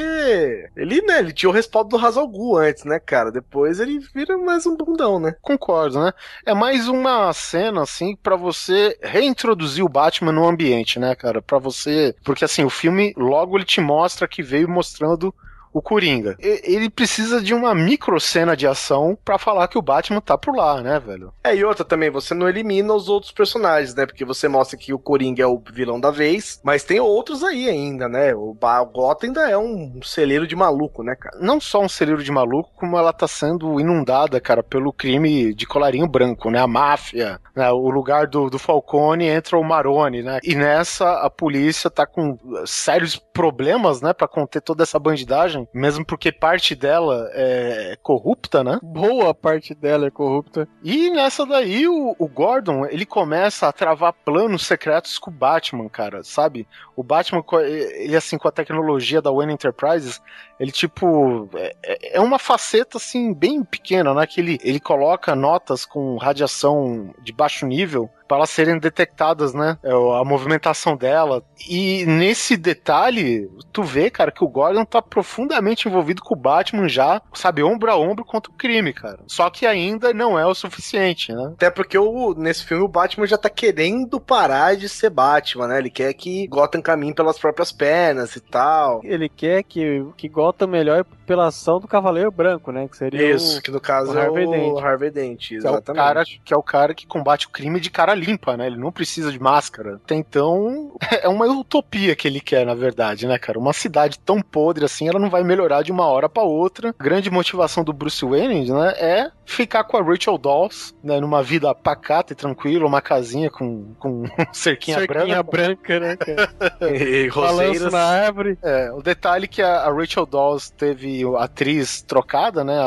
ele tinha o respaldo do Ra's al Ghul antes, né, cara? Depois ele vira mais um bundão, né? Concordo, né? É mais uma cena, assim, pra você reintroduzir o Batman no ambiente, né, cara? Pra você... Porque, assim, o filme, logo ele te mostra que veio mostrando o Coringa. Ele precisa de uma micro cena de ação pra falar que o Batman tá por lá, né, velho? E outra também, você não elimina os outros personagens, né? Porque você mostra que o Coringa é o vilão da vez, mas tem outros aí ainda, né? O Gotham ainda é um celeiro de maluco, né, cara? Não só um celeiro de maluco, como ela tá sendo inundada, cara, pelo crime de colarinho branco, né? A máfia, né? O lugar do Falcone entra o Maroni, né? E nessa, a polícia tá com sérios problemas, né? Pra conter toda essa bandidagem, mesmo porque parte dela é corrupta, né? Boa parte dela é corrupta. E nessa daí, o Gordon, ele começa a travar planos secretos com o Batman, cara, sabe? O Batman, ele assim, com a tecnologia da Wayne Enterprises, ele tipo, é uma faceta assim, bem pequena, né? Que ele coloca notas com radiação de baixo nível para elas serem detectadas, né? A movimentação dela. E nesse detalhe, tu vê, cara, que o Gordon tá profundamente envolvido com o Batman já, sabe, ombro a ombro contra o crime, cara. Só que ainda não é o suficiente, né? Até porque nesse filme o Batman já tá querendo parar de ser Batman, né? Ele quer que Gotham caminhe pelas próprias pernas e tal. Ele quer que Gotham melhore pela ação do Cavaleiro Branco, né? Que seria isso, que no caso o Harvey Dent. O Harvey Dent, exatamente. Que é o cara que combate o crime de cara limpa, né? Ele não precisa de máscara. Até então, é uma utopia que ele quer, na verdade, né, cara? Uma cidade tão podre assim, ela não vai melhorar de uma hora pra outra. A grande motivação do Bruce Wayne, né, é ficar com a Rachel Dawes, né, numa vida pacata e tranquila, uma casinha com cerquinha branca, né, cara? E roseiras na árvore. O detalhe é que a Rachel Dawes teve a atriz trocada, né?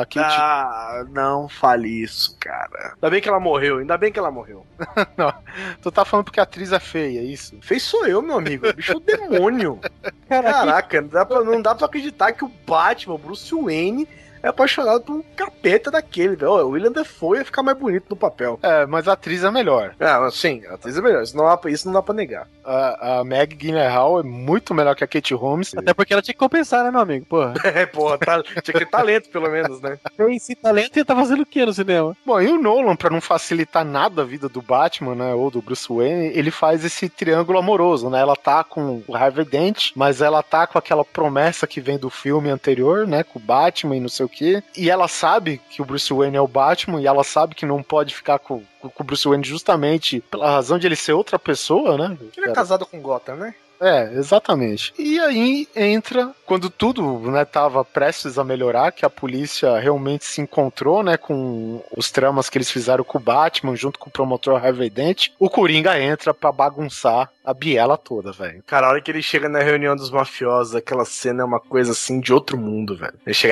Não fale isso, cara. Ainda bem que ela morreu. Não, tu tá falando porque a atriz é feia, é isso? Fez sou eu, meu amigo. O bicho é o demônio. Caraca, não dá pra acreditar que o Batman, o Bruce Wayne, é apaixonado por um capeta daquele, velho. O William Dafoe ia ficar mais bonito no papel. Mas a atriz é melhor. Sim, a atriz é melhor. Isso não dá pra negar. A Meg Gyllenhaal é muito melhor que a Katie Holmes. Até porque ela tinha que compensar, né, meu amigo? Porra. Tinha que ter talento, pelo menos, né? Esse talento ia tá fazendo o que no cinema? Bom, e o Nolan, pra não facilitar nada a vida do Batman, né, ou do Bruce Wayne, ele faz esse triângulo amoroso, né? Ela tá com o Harvey Dent, mas ela tá com aquela promessa que vem do filme anterior, né, com o Batman e não sei o quê. E ela sabe que o Bruce Wayne é o Batman, e ela sabe que não pode ficar com o Bruce Wayne justamente pela razão de ele ser outra pessoa, né? Ele é casado com Gotham, né? Exatamente. E aí entra, quando tudo, né, tava prestes a melhorar, que a polícia realmente se encontrou, né, com os tramas que eles fizeram com o Batman, junto com o promotor Harvey Dent, o Coringa entra pra bagunçar a biela toda, velho. Cara, a hora que ele chega na reunião dos mafiosos, aquela cena é uma coisa assim de outro mundo, velho. Ele chega...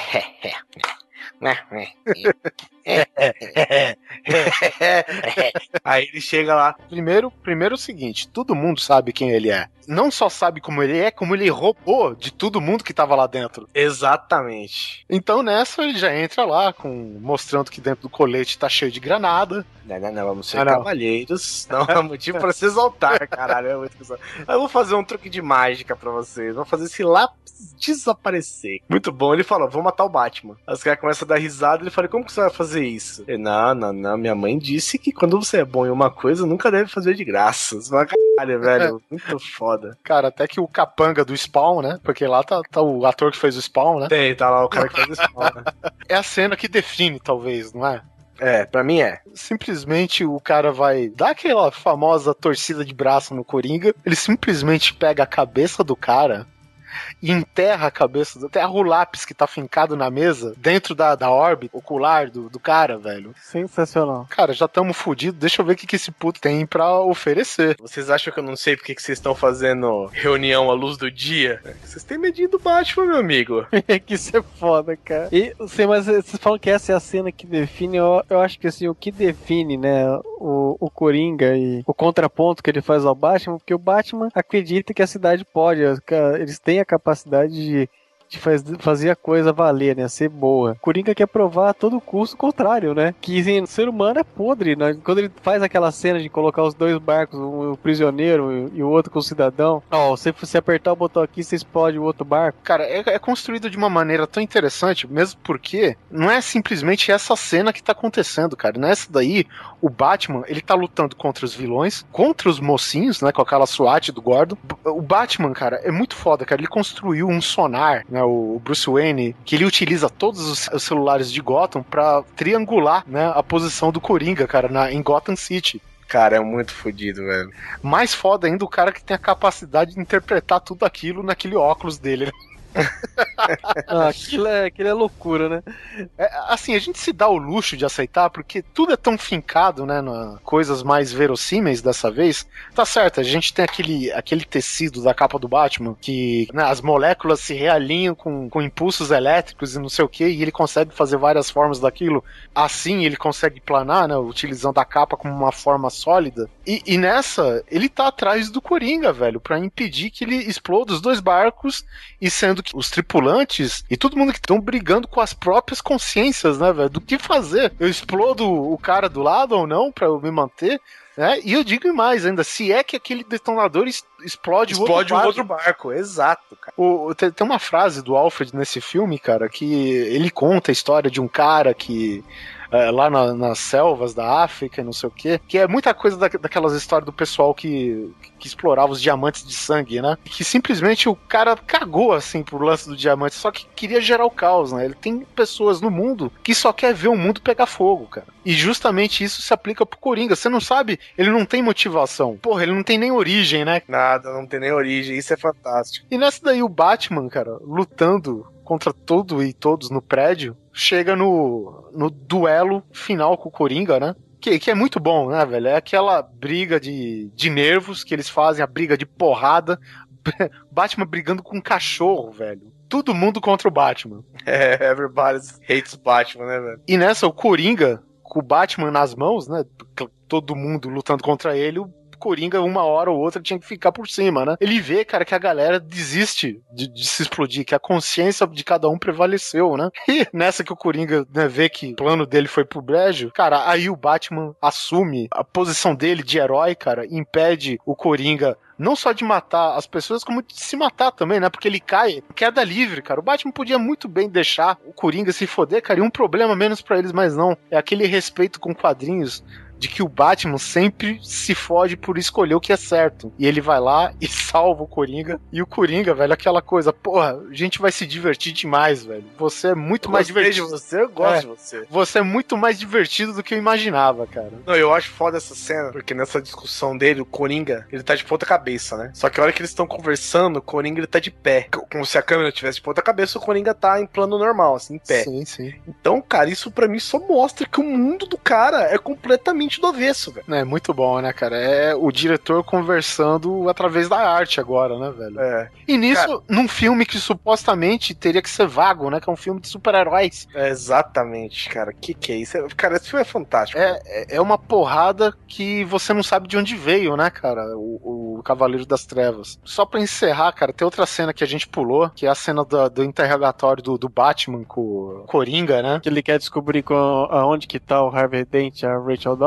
Aí ele chega lá. Primeiro o seguinte, todo mundo sabe quem ele é. Não só sabe como ele é, como ele roubou de todo mundo que tava lá dentro. Exatamente. Então nessa ele já entra lá, mostrando que dentro do colete tá cheio de granada. Não, vamos ser cavalheiros. Não é motivo pra se exaltar, caralho. É muito pesado. Eu vou fazer um truque de mágica pra vocês. Vou fazer esse lápis desaparecer. Muito bom. Ele falou, vou matar o Batman. Aí os caras começam a dar risada. Ele fala, como que você vai fazer fazer isso. Não, minha mãe disse que quando você é bom em uma coisa, nunca deve fazer de graça. Você vai caralho, velho, muito foda. Cara, até que o capanga do Spawn, né? Porque lá tá o ator que fez o Spawn, né? Tá lá o cara que faz isso, né? É a cena que define, talvez, não é? Pra mim é. Simplesmente o cara vai dar aquela famosa torcida de braço no Coringa, ele simplesmente pega a cabeça do cara e enterra a cabeça, enterra o lápis que tá fincado na mesa dentro da órbita ocular do cara, velho. Sensacional. Cara, já tamo fudido, deixa eu ver o que esse puto tem pra oferecer. Vocês acham que eu não sei porque que vocês estão fazendo reunião à luz do dia? Vocês têm medinho do Batman, meu amigo. Que isso é foda, cara. E, mas vocês falam que essa é a cena que define, eu acho que assim, o que define, né, o Coringa e o contraponto que ele faz ao Batman, porque o Batman acredita que a cidade pode, eles têm a capacidade de fazer a coisa valer, né? Ser boa. Coringa quer provar a todo custo o contrário, né? Que assim, o ser humano é podre, né? Quando ele faz aquela cena de colocar os dois barcos, o prisioneiro e o outro com o cidadão, você apertar o botão aqui, você explode o outro barco. Cara, é construído de uma maneira tão interessante, mesmo porque não é simplesmente essa cena que tá acontecendo, cara. Nessa daí, o Batman, ele tá lutando contra os vilões, contra os mocinhos, né? Com aquela SWAT do Gordon. O Batman, cara, é muito foda, cara. Ele construiu um sonar, né, o Bruce Wayne, que ele utiliza todos os celulares de Gotham pra triangular, né, a posição do Coringa, cara, em Gotham City. Cara, é muito fodido, velho. Mais foda ainda o cara que tem a capacidade de interpretar tudo aquilo naquele óculos dele, né? Aquilo é loucura, né? Assim, a gente se dá o luxo de aceitar porque tudo é tão fincado, né, coisas mais verossímeis dessa vez. Tá certo, a gente tem aquele tecido da capa do Batman que, né, as moléculas se realinham com impulsos elétricos e não sei o que, e ele consegue fazer várias formas daquilo. Assim ele consegue planar, né, utilizando a capa como uma forma sólida. E nessa, ele tá atrás do Coringa, velho, pra impedir que ele exploda os dois barcos, e sendo que os tripulantes e todo mundo que estão brigando com as próprias consciências, né, velho? Do que fazer? Eu explodo o cara do lado ou não pra eu me manter? Né? E eu digo mais ainda, se é que aquele detonador explode o outro barco. Exato, cara. Tem uma frase do Alfred nesse filme, cara, que ele conta a história de um cara que lá nas selvas da África e não sei o que é muita coisa daquelas histórias do pessoal que explorava os diamantes de sangue, né? Que simplesmente o cara cagou, assim, pro lance do diamante, só que queria gerar o caos, né? Ele tem pessoas no mundo que só quer ver o mundo pegar fogo, cara. E justamente isso se aplica pro Coringa. Você não sabe, ele não tem motivação. Porra, ele não tem nem origem, né? Nada, não tem nem origem, isso é fantástico. E nessa daí o Batman, cara, lutando contra tudo e todos no prédio, chega no duelo final com o Coringa, né? Que é muito bom, né, velho? É aquela briga de nervos que eles fazem, a briga de porrada. Batman brigando com um cachorro, velho. Todo mundo contra o Batman. Everybody hates Batman, né, velho? E nessa, o Coringa, com o Batman nas mãos, né? Todo mundo lutando contra ele, o Coringa, uma hora ou outra, tinha que ficar por cima, né? Ele vê, cara, que a galera desiste de se explodir, que a consciência de cada um prevaleceu, né? E nessa que o Coringa, né, vê que o plano dele foi pro brejo, cara, aí o Batman assume a posição dele de herói, cara, e impede o Coringa não só de matar as pessoas, como de se matar também, né? Porque ele cai, queda livre, cara. O Batman podia muito bem deixar o Coringa se foder, cara, e um problema menos pra eles, mas não. É aquele respeito com quadrinhos de que o Batman sempre se fode por escolher o que é certo. E ele vai lá e salva o Coringa. E o Coringa, velho, aquela coisa, porra, a gente vai se divertir demais, velho. Você é muito mais divertido. Eu gosto de você. Você é muito mais divertido do que eu imaginava, cara. Não, eu acho foda essa cena, porque nessa discussão dele, o Coringa, ele tá de ponta cabeça, né? Só que a hora que eles estão conversando, o Coringa, ele tá de pé. Como se a câmera tivesse de ponta cabeça, o Coringa tá em plano normal, assim, em pé. Sim, sim. Então, cara, isso pra mim só mostra que o mundo do cara é completamente do avesso, velho. É muito bom, né, cara? É o diretor conversando através da arte agora, né, velho? E nisso, cara, num filme que supostamente teria que ser vago, né? Que é um filme de super-heróis. Exatamente, cara. Que é isso? Cara, esse filme é fantástico. É uma porrada que você não sabe de onde veio, né, cara? O Cavaleiro das Trevas. Só pra encerrar, cara, tem outra cena que a gente pulou, que é a cena do interrogatório do Batman com o Coringa, né? Que ele quer descobrir aonde que tá o Harvey Dent e a Rachel Dawes.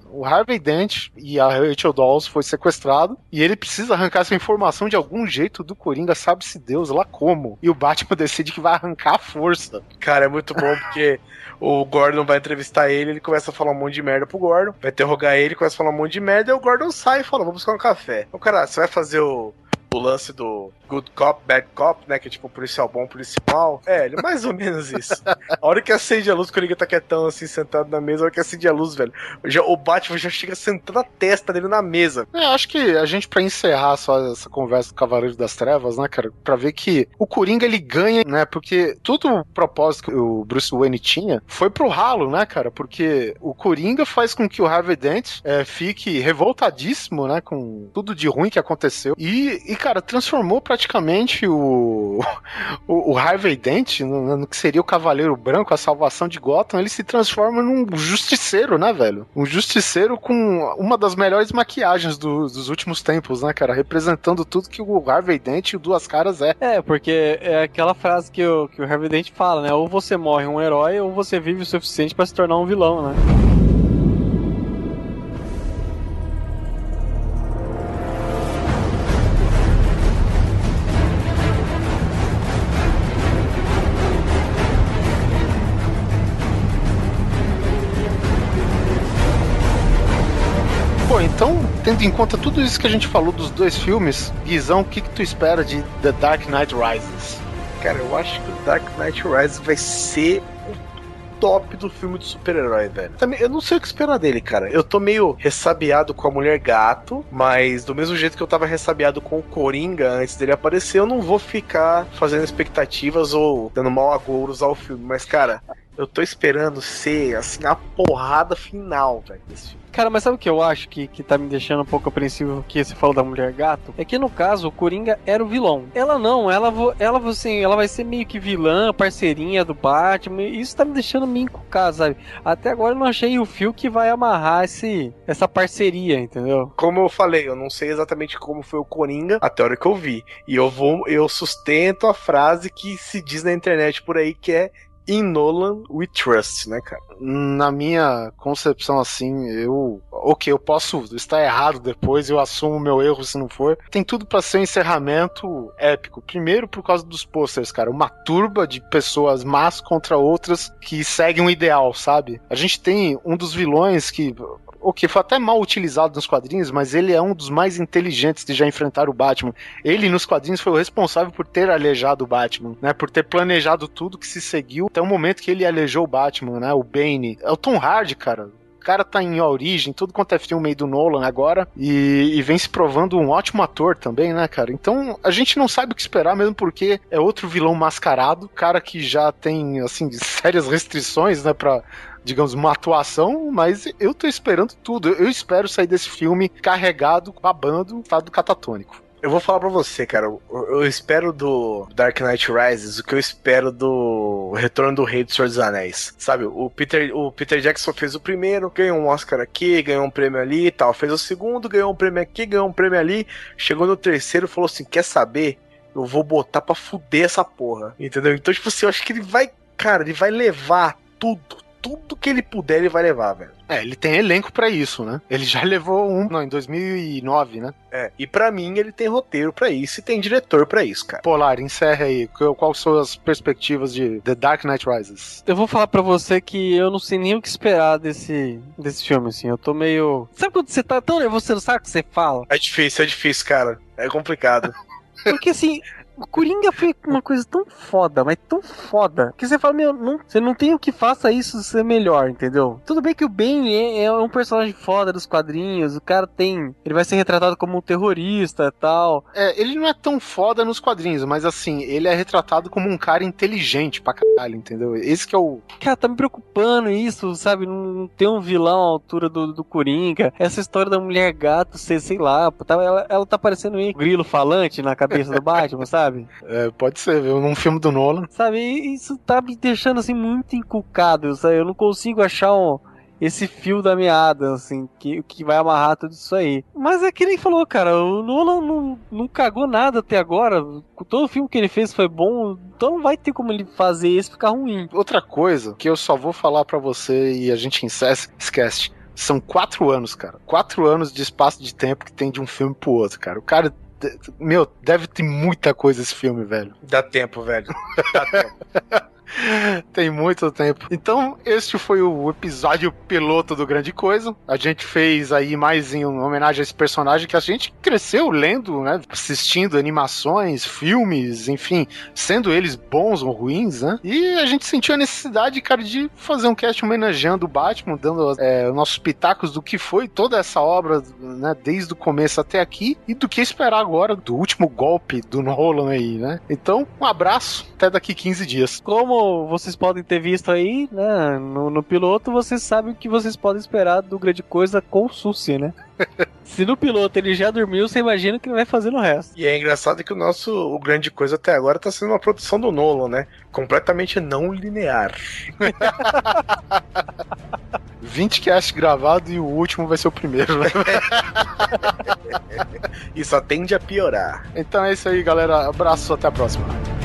o Harvey Dent e a Rachel Dawes foi sequestrado e ele precisa arrancar essa informação de algum jeito do Coringa, sabe-se Deus lá como. E o Batman decide que vai arrancar a força. Cara, é muito bom porque o Gordon vai entrevistar ele começa a falar um monte de merda pro Gordon, vai interrogar ele, começa a falar um monte de merda, e o Gordon sai e fala, vou buscar um café. O cara, você vai fazer o lance do good cop, bad cop, né, que é tipo policial bom, policial mal. É, ele é mais ou menos isso. A hora que acende a luz, o Coringa tá quietão assim, sentado na mesa, a hora que acende a luz, velho, o Batman já chega sentando a testa dele na mesa. Acho que a gente, pra encerrar só essa conversa do Cavaleiro das Trevas, né, cara, pra ver que o Coringa, ele ganha, né, porque todo o propósito que o Bruce Wayne tinha foi pro ralo, né, cara, porque o Coringa faz com que o Harvey Dent fique revoltadíssimo, né, com tudo de ruim que aconteceu, e cara, transformou praticamente o Harvey Dent no que seria o Cavaleiro Branco, a salvação de Gotham. Ele se transforma num justiceiro, né, velho? Um justiceiro com uma das melhores maquiagens dos últimos tempos, né, cara? Representando tudo que o Harvey Dent e o Duas Caras é. É, porque é aquela frase que o Harvey Dent fala, né? Ou você morre um herói, ou você vive o suficiente pra se tornar um vilão, né? Então, tendo em conta tudo isso que a gente falou dos dois filmes, Guizão, o que tu espera de The Dark Knight Rises? Cara, eu acho que o Dark Knight Rises vai ser o top do filme de super-herói, velho. Também, eu não sei o que esperar dele, cara. Eu tô meio ressabiado com a Mulher Gato, mas do mesmo jeito que eu tava ressabiado com o Coringa antes dele aparecer, eu não vou ficar fazendo expectativas ou dando mal agouros ao filme. Mas, cara, eu tô esperando ser, assim, a porrada final, velho, desse filme. Cara, mas sabe o que eu acho que tá me deixando um pouco apreensivo que você falou da Mulher Gato? É que no caso, o Coringa era o vilão. Ela não, ela vai ser meio que vilã, parceirinha do Batman. Isso tá me deixando meio encucado, sabe? Até agora eu não achei o fio que vai amarrar essa parceria, entendeu? Como eu falei, eu não sei exatamente como foi o Coringa até a hora que eu vi. E eu sustento a frase que se diz na internet por aí, que é In Nolan we trust, né, cara? Na minha concepção, assim, eu posso estar errado depois, eu assumo o meu erro se não for. Tem tudo pra ser um encerramento épico. Primeiro por causa dos posters, cara. Uma turba de pessoas más contra outras que seguem um ideal, sabe? A gente tem um dos vilões que foi até mal utilizado nos quadrinhos, mas ele é um dos mais inteligentes que já enfrentaram o Batman. Ele, nos quadrinhos, foi o responsável por ter aleijado o Batman, né? Por ter planejado tudo que se seguiu até o momento que ele aleijou o Batman, né? O Bane. É o Tom Hardy, cara. O cara tá em Origem, tudo quanto é filme aí do Nolan agora, e vem se provando um ótimo ator também, né, cara? Então, a gente não sabe o que esperar, mesmo porque é outro vilão mascarado, cara que já tem, assim, sérias restrições, né, pra, digamos, uma atuação, mas eu tô esperando tudo. Eu espero sair desse filme carregado, babando, estado catatônico. Eu vou falar pra você, cara, eu espero do Dark Knight Rises o que eu espero do Retorno do Rei do Senhor dos Anéis, sabe? O Peter Jackson fez o primeiro, ganhou um Oscar aqui, ganhou um prêmio ali e tal, fez o segundo, ganhou um prêmio aqui, ganhou um prêmio ali, chegou no terceiro e falou assim, quer saber? Eu vou botar pra fuder essa porra, entendeu? Então, tipo assim, eu acho que ele vai levar tudo que ele puder, ele vai levar, velho. Ele tem elenco pra isso, né? Ele já levou em 2009, né? E pra mim ele tem roteiro pra isso e tem diretor pra isso, cara. Polar, encerra aí. Quais são as perspectivas de The Dark Knight Rises? Eu vou falar pra você que eu não sei nem o que esperar desse filme, assim. Eu tô meio... Sabe quando você tá tão nervoso, você não sabe o que você fala? É difícil, cara. É complicado. Porque, assim... O Coringa foi uma coisa tão foda, mas tão foda, que você fala, você não tem o que faça isso ser melhor, entendeu? Tudo bem que o Bane é um personagem foda dos quadrinhos, o cara ele vai ser retratado como um terrorista e tal. Ele não é tão foda nos quadrinhos, mas assim, ele é retratado como um cara inteligente pra caralho, entendeu? Esse que é o... Cara, tá me preocupando isso, sabe? Não ter um vilão à altura do Coringa. Essa história da Mulher Gato, sei lá, ela tá parecendo um grilo falante na cabeça do Batman, sabe? Pode ser, viu? Num filme do Nolan. Sabe, isso tá me deixando, assim, muito encucado, sabe? Eu não consigo achar esse fio da meada, assim, que vai amarrar tudo isso aí. Mas é que ele falou, cara, o Nolan não cagou nada até agora. Todo filme que ele fez foi bom, então não vai ter como ele fazer esse ficar ruim. Outra coisa que eu só vou falar pra você e a gente encerra, esquece. São 4 anos, cara. 4 anos de espaço de tempo que tem de um filme pro outro, cara. O cara, meu, deve ter muita coisa esse filme, velho. Dá tempo, velho. Dá tempo. Tem muito tempo. Então, este foi o episódio piloto do Grande Coisa. A gente fez aí mais em homenagem a esse personagem que a gente cresceu lendo, né? Assistindo animações, filmes, enfim, sendo eles bons ou ruins, né? E a gente sentiu a necessidade, cara, de fazer um cast homenageando o Batman, dando nossos pitacos do que foi toda essa obra, né? Desde o começo até aqui e do que esperar agora do último golpe do Nolan aí, né? Então, um abraço, até daqui 15 dias. Como vocês podem ter visto aí, né, no piloto, vocês sabem o que vocês podem esperar do Grande Coisa com o Susi, né? Se no piloto ele já dormiu, você imagina o que ele vai fazer no resto. E é engraçado que o Grande Coisa até agora tá sendo uma produção do Nolan, né? Completamente não linear. 20 cast gravado e o último vai ser o primeiro, né? E só tende a piorar. Então é isso aí, galera. Abraço, até a próxima.